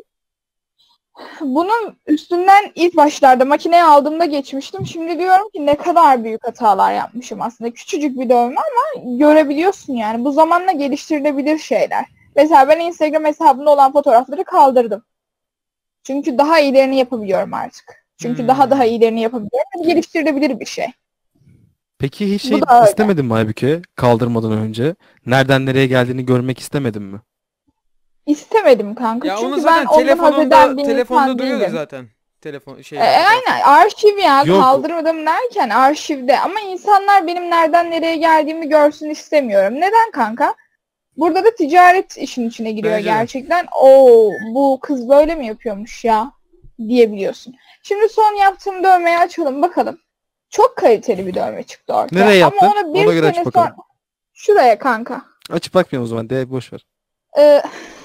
Bunun üstünden ilk başlarda makineye aldığımda geçmiştim. Şimdi diyorum ki ne kadar büyük hatalar yapmışım aslında. Küçücük bir dövme ama görebiliyorsun yani. Bu zamanla geliştirilebilir şeyler. Mesela ben Instagram hesabımda olan fotoğrafları kaldırdım. Çünkü daha iyilerini yapabiliyorum artık. Çünkü Hmm. daha daha iyilerini yapabiliyorum. Yani geliştirilebilir bir şey. Peki hiç Bu şey da öyle. istemedin mi Aybüke kaldırmadan önce? Nereden nereye geldiğini görmek istemedin mi? İstemedim kanka. Ya onu Çünkü ben zaten ondan haz eden telefonunda bir telefonda insan duruyordu değilim. zaten. Telefon şey. E, aynen arşiv ya, Yok. kaldırmadım derken arşivde, ama insanlar benim nereden nereye geldiğimi görsün istemiyorum. Neden kanka? Burada da ticaret işin içine giriyor Bence de. gerçekten. Oo, bu kız böyle mi yapıyormuş ya diyebiliyorsun. Şimdi son yaptığım dövmeyi açalım bakalım. Çok kaliteli bir dövme çıktı ortaya. Nereye yaptın? Ama onu bir Ona göre aç sene bakalım. sonra... Şuraya kanka. Açıp bakmayalım o zaman. De boş ver. Ee,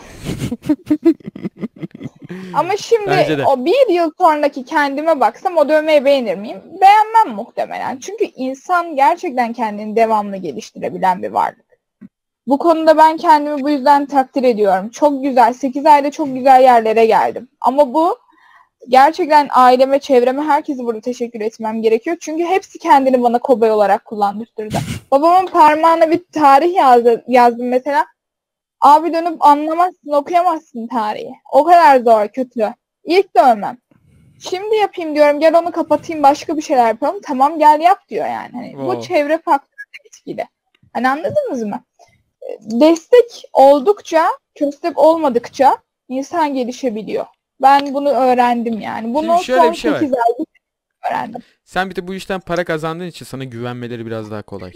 ama Bence şimdi de. o bir yıl sonraki kendime baksam o dövmeyi beğenir miyim? Beğenmem muhtemelen. Çünkü insan gerçekten kendini devamlı geliştirebilen bir varlık. Bu konuda ben kendimi bu yüzden takdir ediyorum. Çok güzel. sekiz ayda çok güzel yerlere geldim. Ama bu gerçekten aileme, çevreme, herkese burada teşekkür etmem gerekiyor. Çünkü hepsi kendini bana kobay olarak kullandırdı. Babamın parmağına bir tarih yazdı, yazdım mesela. Abi dönüp anlamazsın, okuyamazsın tarihi. O kadar zor, kötü. İlk dövmem. Şimdi yapayım diyorum, gel onu kapatayım, başka bir şeyler yapalım. Tamam gel yap diyor yani. Hani Wow. bu çevre faktörü etkili. Hani anladınız mı? Destek oldukça, köstek olmadıkça insan gelişebiliyor. Ben bunu öğrendim yani. Bunu Şimdi şöyle son bir şey var. sekiz ayda öğrendim. Sen bir de bu işten para kazandığın için sana güvenmeleri biraz daha kolay.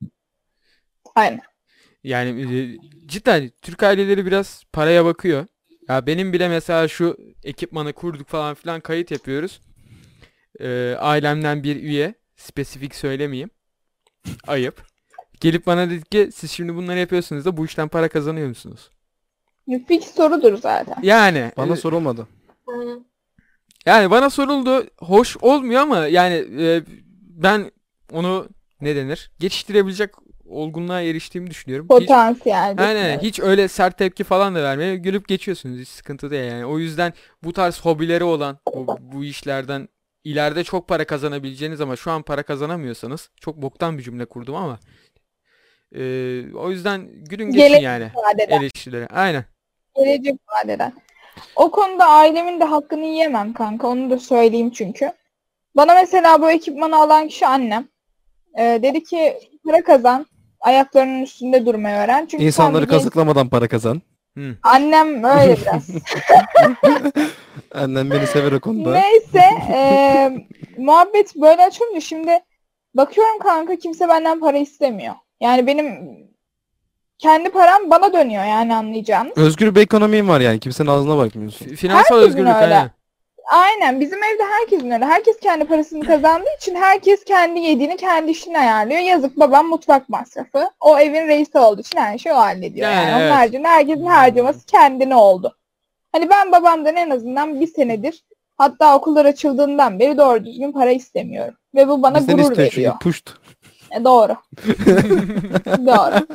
Aynen. Yani e, cidden Türk aileleri biraz paraya bakıyor. Ya benim bile mesela şu ekipmanı kurduk falan filan, kayıt yapıyoruz. Ee, ailemden bir üye, spesifik söylemeyeyim. Ayıp. Gelip bana dedi ki siz şimdi bunları yapıyorsunuz da bu işten para kazanıyor musunuz? Fix sorudur zaten. Yani Bana e, sorulmadı. Aynen. yani bana soruldu, hoş olmuyor ama yani e, ben onu ne denir? Geçiştirebilecek olgunluğa eriştiğimi düşünüyorum. Hiç, Potansiyel. aynen, hiç öyle sert tepki falan da vermeye, gülüp geçiyorsunuz, hiç sıkıntı değil yani. O yüzden bu tarz hobileri olan bu, bu işlerden ileride çok para kazanabileceğiniz ama şu an para kazanamıyorsanız, çok boktan bir cümle kurdum ama e, o yüzden gülün geçin Gelecek yani vadeden. eleştirilere. Aynen. Gelecek vadeden. O konuda ailemin de hakkını yiyemem kanka. Onu da söyleyeyim çünkü. Bana mesela bu ekipmanı alan kişi annem. Ee, dedi ki para kazan. Ayaklarının üstünde durmayı öğren. Çünkü sen bir İnsanları genç- kazıklamadan para kazan. Hı. Annem öyle biraz. Annem beni sever o konuda. Neyse. e, muhabbet böyle açılınca şimdi bakıyorum kanka, kimse benden para istemiyor. Yani benim kendi param bana dönüyor yani, anlayacağınız. Özgür bir ekonomim var yani. Kimsenin ağzına bakmıyorsun. F- Finansal Herkesin özgürlük, öyle. aynen. Aynen, bizim evde herkesin öyle. Herkes kendi parasını kazandığı için herkes kendi yediğini kendi işini ayarlıyor. Yazık, babam mutfak masrafı. O evin reisi olduğu için her şeyi o hallediyor. Yani, Yani onun evet. haricinde herkesin harcaması kendine oldu. Hani ben babamdan en azından bir senedir, hatta okullar açıldığından beri doğru düzgün para istemiyorum. Ve bu bana Bizden gurur istiyor çünkü. veriyor. Puşt. E, doğru. Doğru.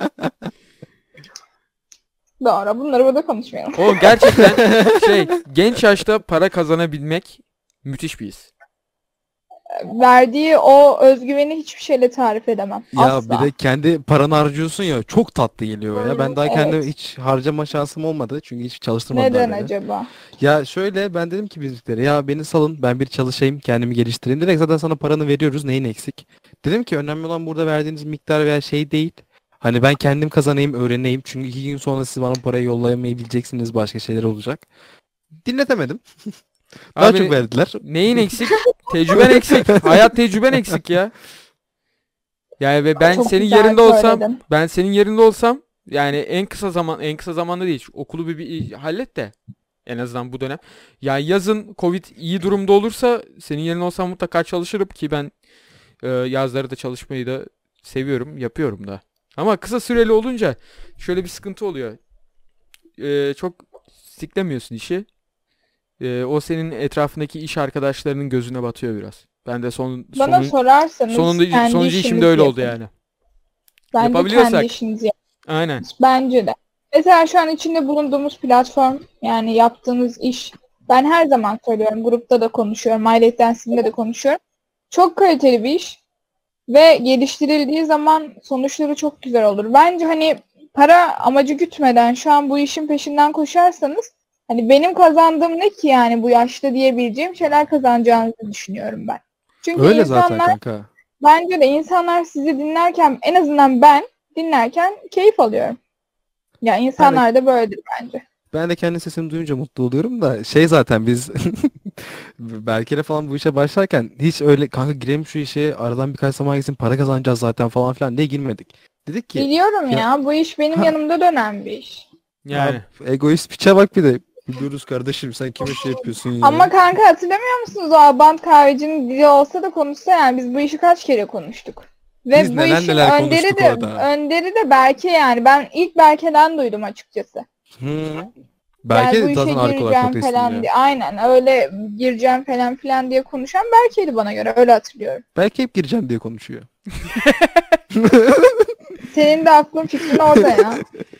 Doğru. Bunları burada konuşmayalım. O gerçekten şey, genç yaşta para kazanabilmek müthiş bir his. Verdiği o özgüveni hiçbir şeyle tarif edemem. Ya Asla. bir de kendi paranı harcıyorsun ya, çok tatlı geliyor ya. Ben daha Evet. kendi hiç harcama şansım olmadı. Çünkü hiç çalıştırmadılar Neden beni. acaba? Ya şöyle, ben dedim ki bizimkilere, ya beni salın, ben bir çalışayım, kendimi geliştireyim. Direkt zaten sana paranı veriyoruz, neyin eksik? Dedim ki önemli olan burada verdiğiniz miktar veya şey değil. Hani ben kendim kazanayım, öğreneyim. Çünkü iki gün sonra siz bana parayı yollayamayabileceksiniz, başka şeyler olacak. Dinletemedim. Daha Abi, çok verdiler. neyin eksik? Tecrüben eksik. Hayat tecrüben eksik ya. Yani ve ben Çok senin güzel yerinde olsam, söyledin. ben senin yerinde olsam yani en kısa zaman, en kısa zamanda değil. Şu okulu bir, bir hallet de en azından bu dönem. Yani yazın Covid iyi durumda olursa senin yerinde olsam mutlaka çalışırım ki ben e, yazları da çalışmayı da seviyorum, yapıyorum da. Ama kısa süreli olunca şöyle bir sıkıntı oluyor. E, çok siklemiyorsun işi. E, o senin etrafındaki iş arkadaşlarının gözüne batıyor biraz. Ben de son Bana sonun, sorarsanız sonunda kendi sonucu işimde işinizi öyle oldu yapın. yani. Bence Yapabiliyorsak. kendi işinizi yapın. Aynen. Bence de. Mesela şu an içinde bulunduğumuz platform, yani yaptığınız iş, ben her zaman söylüyorum, grupta da konuşuyorum, ayrıca sizinle de konuşuyorum. Çok kaliteli bir iş ve geliştirildiği zaman sonuçları çok güzel olur. Bence hani para amacı gütmeden şu an bu işin peşinden koşarsanız hani benim kazandığım ne ki yani bu yaşta diyebileceğim şeyler kazanacağınızı düşünüyorum ben. Çünkü Öyle zaten insanlar kanka. bence de insanlar sizi dinlerken en azından ben dinlerken keyif alıyorum. Ya insanlar da böyledir bence. Ben de kendi sesimi duyunca mutlu oluyorum da şey zaten biz Berke'yle falan bu işe başlarken hiç öyle kanka girelim şu işe aradan birkaç zaman gitsin para kazanacağız zaten falan filan diye girmedik. Dedik ki Biliyorum ya- ya bu iş benim Ha. yanımda dönen bir iş. Yani. "Abi, egoist piçe bak bir de. Biliyoruz kardeşim sen kime şey yapıyorsun ya. Ama kanka hatırlamıyor musunuz o Abant kahvecinin dili olsa da konuşsa yani biz bu işi kaç kere konuştuk. Ve Biz bu neler işin neler önderi konuştuk de orada. önderi de Berke yani ben ilk Berke'den duydum açıkçası. Hı. Belki Yani bu işe zaten arka olarak gireceğim protestin falan ya. diye. Aynen öyle gireceğim falan filan diye konuşan Berke'ydi bana göre öyle hatırlıyorum. Belki hep gireceğim diye konuşuyor. Senin de aklın fikrin orada ya.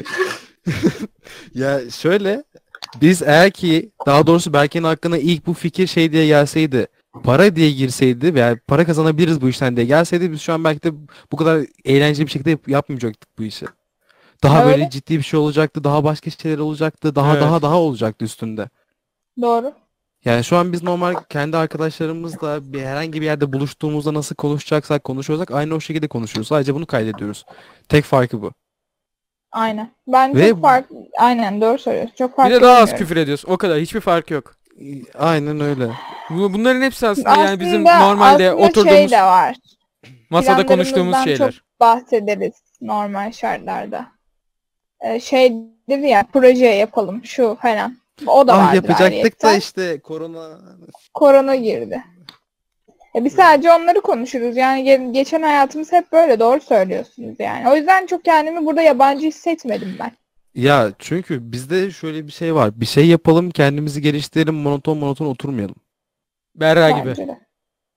Ya şöyle biz eğer ki daha doğrusu Berke'nin hakkında ilk bu fikir şey diye gelseydi para diye girseydi veya para kazanabiliriz bu işten diye gelseydi biz şu an belki de bu kadar eğlenceli bir şekilde yap- yapmayacaktık bu işi. Daha Öyle. böyle ciddi bir şey olacaktı, daha başka şeyler olacaktı, daha Evet. daha daha olacaktı üstünde. Doğru. Yani şu an biz normal kendi arkadaşlarımızla bir herhangi bir yerde buluştuğumuzda nasıl konuşacaksak konuşuyorsak aynı o şekilde konuşuyoruz. Sadece bunu kaydediyoruz. Tek farkı bu. Aynen. Ben Ve- çok farklı. Aynen doğru söylüyorsun. Çok Bir farklı de daha az olmuyorum. küfür ediyorsun. O kadar. Hiçbir fark yok. Aynen öyle. Bu, bunların hepsi aslında yani bizim Aslında- normalde aslında oturduğumuz şey de var. masada konuştuğumuz Planlarımızdan şeyler. çok bahsederiz normal şartlarda. Ee, şey dedi ya proje yapalım şu falan. O da Ah vardır yapacaktık da ayrıyetten. işte korona. Korona girdi. E biz sadece onları konuşuruz. Yani ge- geçen hayatımız hep böyle doğru söylüyorsunuz yani. O yüzden çok kendimi burada yabancı hissetmedim ben. Ya çünkü bizde şöyle bir şey var. Bir şey yapalım, kendimizi geliştirelim, monoton monoton oturmayalım. Berra gibi. Bence de.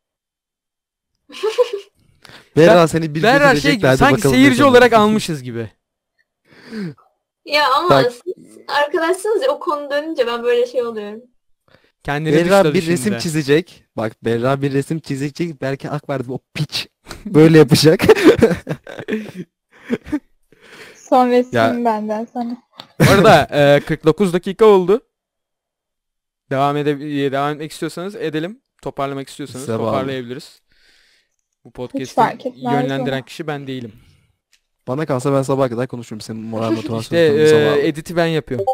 Berra seni bir Berra göz şey edecek gibi derdi sanki bakalım ne seyirci zaman. olarak almışız gibi. Ya ama Bak- siz arkadaşsınız ya o konu dönünce ben böyle şey oluyorum. Kendini Berra dışladı bir şimdi. resim çizecek. Bak Berra bir resim çizecek. Belki Akberk o piç böyle yapacak. Son resmim Ya- benden sana. Bu arada e, kırk dokuz dakika oldu. Devam ede devam etmek istiyorsanız edelim. Toparlamak istiyorsanız Size bağlı. toparlayabiliriz. Bu podcast'i fark etmez yönlendiren ama. kişi ben değilim. Bana kalsa ben sabaha kadar konuşurum senin moral motivasyon İşte konunu e, sabaha. editi ben yapıyorum.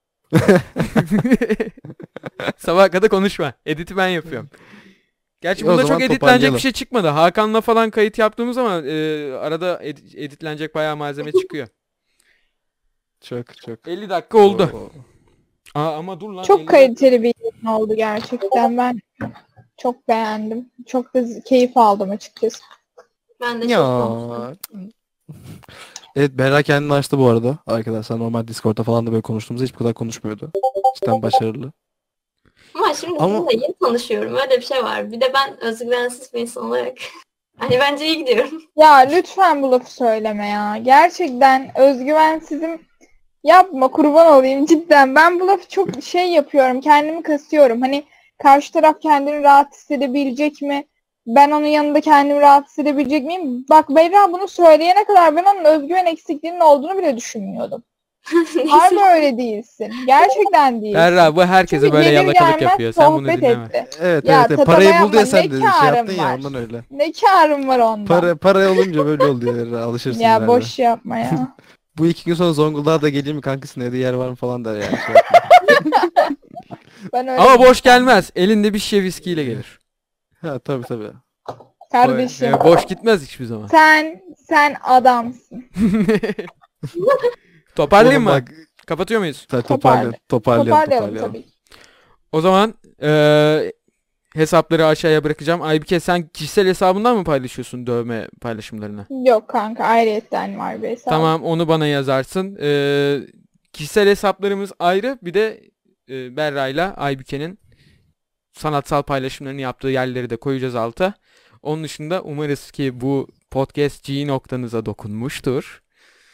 Sabaha kadar konuşma. Editi ben yapıyorum. Gerçi E, o bunda çok zaman editlenecek toparlayalım. bir şey çıkmadı. Hakan'la falan kayıt yaptığımız zaman e, arada ed- editlenecek bayağı malzeme çıkıyor. Çok çok. elli dakika oldu. Oo. Aa, ama dur lan. elli Çok dakika- kaliteli bir yayın oldu gerçekten. Ben çok beğendim. Çok da z- keyif aldım açıkçası. Ben de çok konuştum. Ya. Evet Berra kendini açtı bu arada. Arkadaşlar normal Discord'da falan da böyle konuştuğumuzda hiç bu kadar konuşmuyordu. Cidden başarılı. Ama şimdi Ama- sizinle yeni tanışıyorum. Öyle bir şey var. Bir de ben özgüvensiz bir insan olarak. Hani bence iyi gidiyorum. Ya lütfen bu lafı söyleme ya. Gerçekten özgüvensizim. Yapma kurban olayım cidden. Ben bu lafı çok şey yapıyorum. Kendimi kasıyorum. Hani karşı taraf kendini rahat hissedebilecek mi? Ben onun yanında kendimi rahat hissedebilecek miyim? Bak Berra bunu söyleyene kadar ben onun özgüven eksikliğinin olduğunu bile düşünmüyordum. Harbi öyle değilsin. Gerçekten değilsin. Berra bu herkese Çünkü böyle gelir yalakalık gelmez yapıyor. Sen bunu sohbet dinleme. etti. Evet Ya evet, evet. tatava Parayı buldu yapma, ya sen ne de şey kârım yaptın ya var? ondan öyle. Ne karım var ondan? Para para olunca böyle oluyor Berra, alışırsın ya Berra. boş yapma ya. Bu iki gün sonra Zonguldak'a da geleyim mi kankası nerede yer var mı falan der yani. Şey yapma. Ben öyle Ama bir boş insanım. gelmez. Elinde bir şişe viskiyle gelir. ha tabii tabii. Kardeşim. E, boş gitmez hiçbir zaman. Sen sen adamsın. Toparlayayım mı? Oğlum bak, Kapatıyor muyuz? ta- toparlayalım, toparlayalım, Toparlayalım toparlayalım. tabii. O zaman eee, hesapları aşağıya bırakacağım. Aybike sen kişisel hesabından mı paylaşıyorsun dövme paylaşımlarını? Yok kanka ayrıyetten var bir hesap. Tamam onu bana yazarsın. Eee, kişisel hesaplarımız ayrı. Bir de e, Berra'yla Aybike'nin sanatsal paylaşımlarını yaptığı yerleri de koyacağız alta. Onun dışında umarız ki bu podcast G noktanıza dokunmuştur.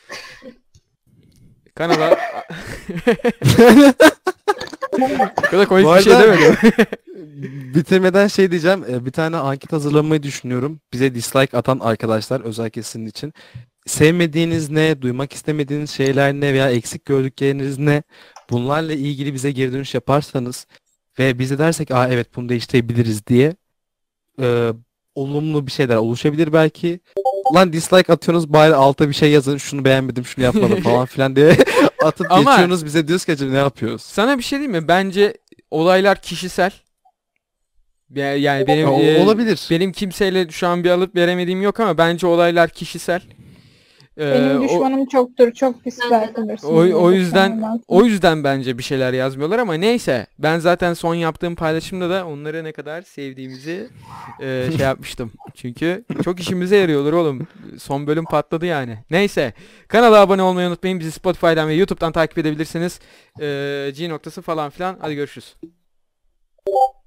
Kanala... Bu kadar komik Bu bir şey arada- demedim. Bitirmeden şey diyeceğim. e, Bir tane anket hazırlamayı düşünüyorum. Bize dislike atan arkadaşlar özellikle sizin için. sevmediğiniz ne, duymak istemediğiniz şeyler ne veya eksik gördükleriniz ne? Bunlarla ilgili bize geri dönüş yaparsanız ve bize dersek aa evet bunu değiştirebiliriz diye e, olumlu bir şeyler oluşabilir belki. Lan dislike atıyorsunuz bari alta bir şey yazın şunu beğenmedim şunu yapmadım falan filan diye atıp Ama- geçiyorsunuz bize diyoruz ki acaba ne yapıyoruz? Sana bir şey diyeyim mi? Bence olaylar kişisel. Ya- Yani benim O- e, olabilir. benim kimseyle şu an bir alıp veremediğim yok ama bence olaylar kişisel. Ee, Benim o- düşmanım çoktur. Çok pis Bence de. belki O, o yüzden Ondan o yüzden bence bir şeyler yazmıyorlar ama neyse ben zaten son yaptığım paylaşımda da onları ne kadar sevdiğimizi e, şey yapmıştım. Çünkü çok işimize yarıyorlar oğlum. Son bölüm patladı yani. Neyse kanala abone olmayı unutmayın. Bizi Spotify'dan ve YouTube'dan takip edebilirsiniz. E, G noktası falan filan. Hadi görüşürüz.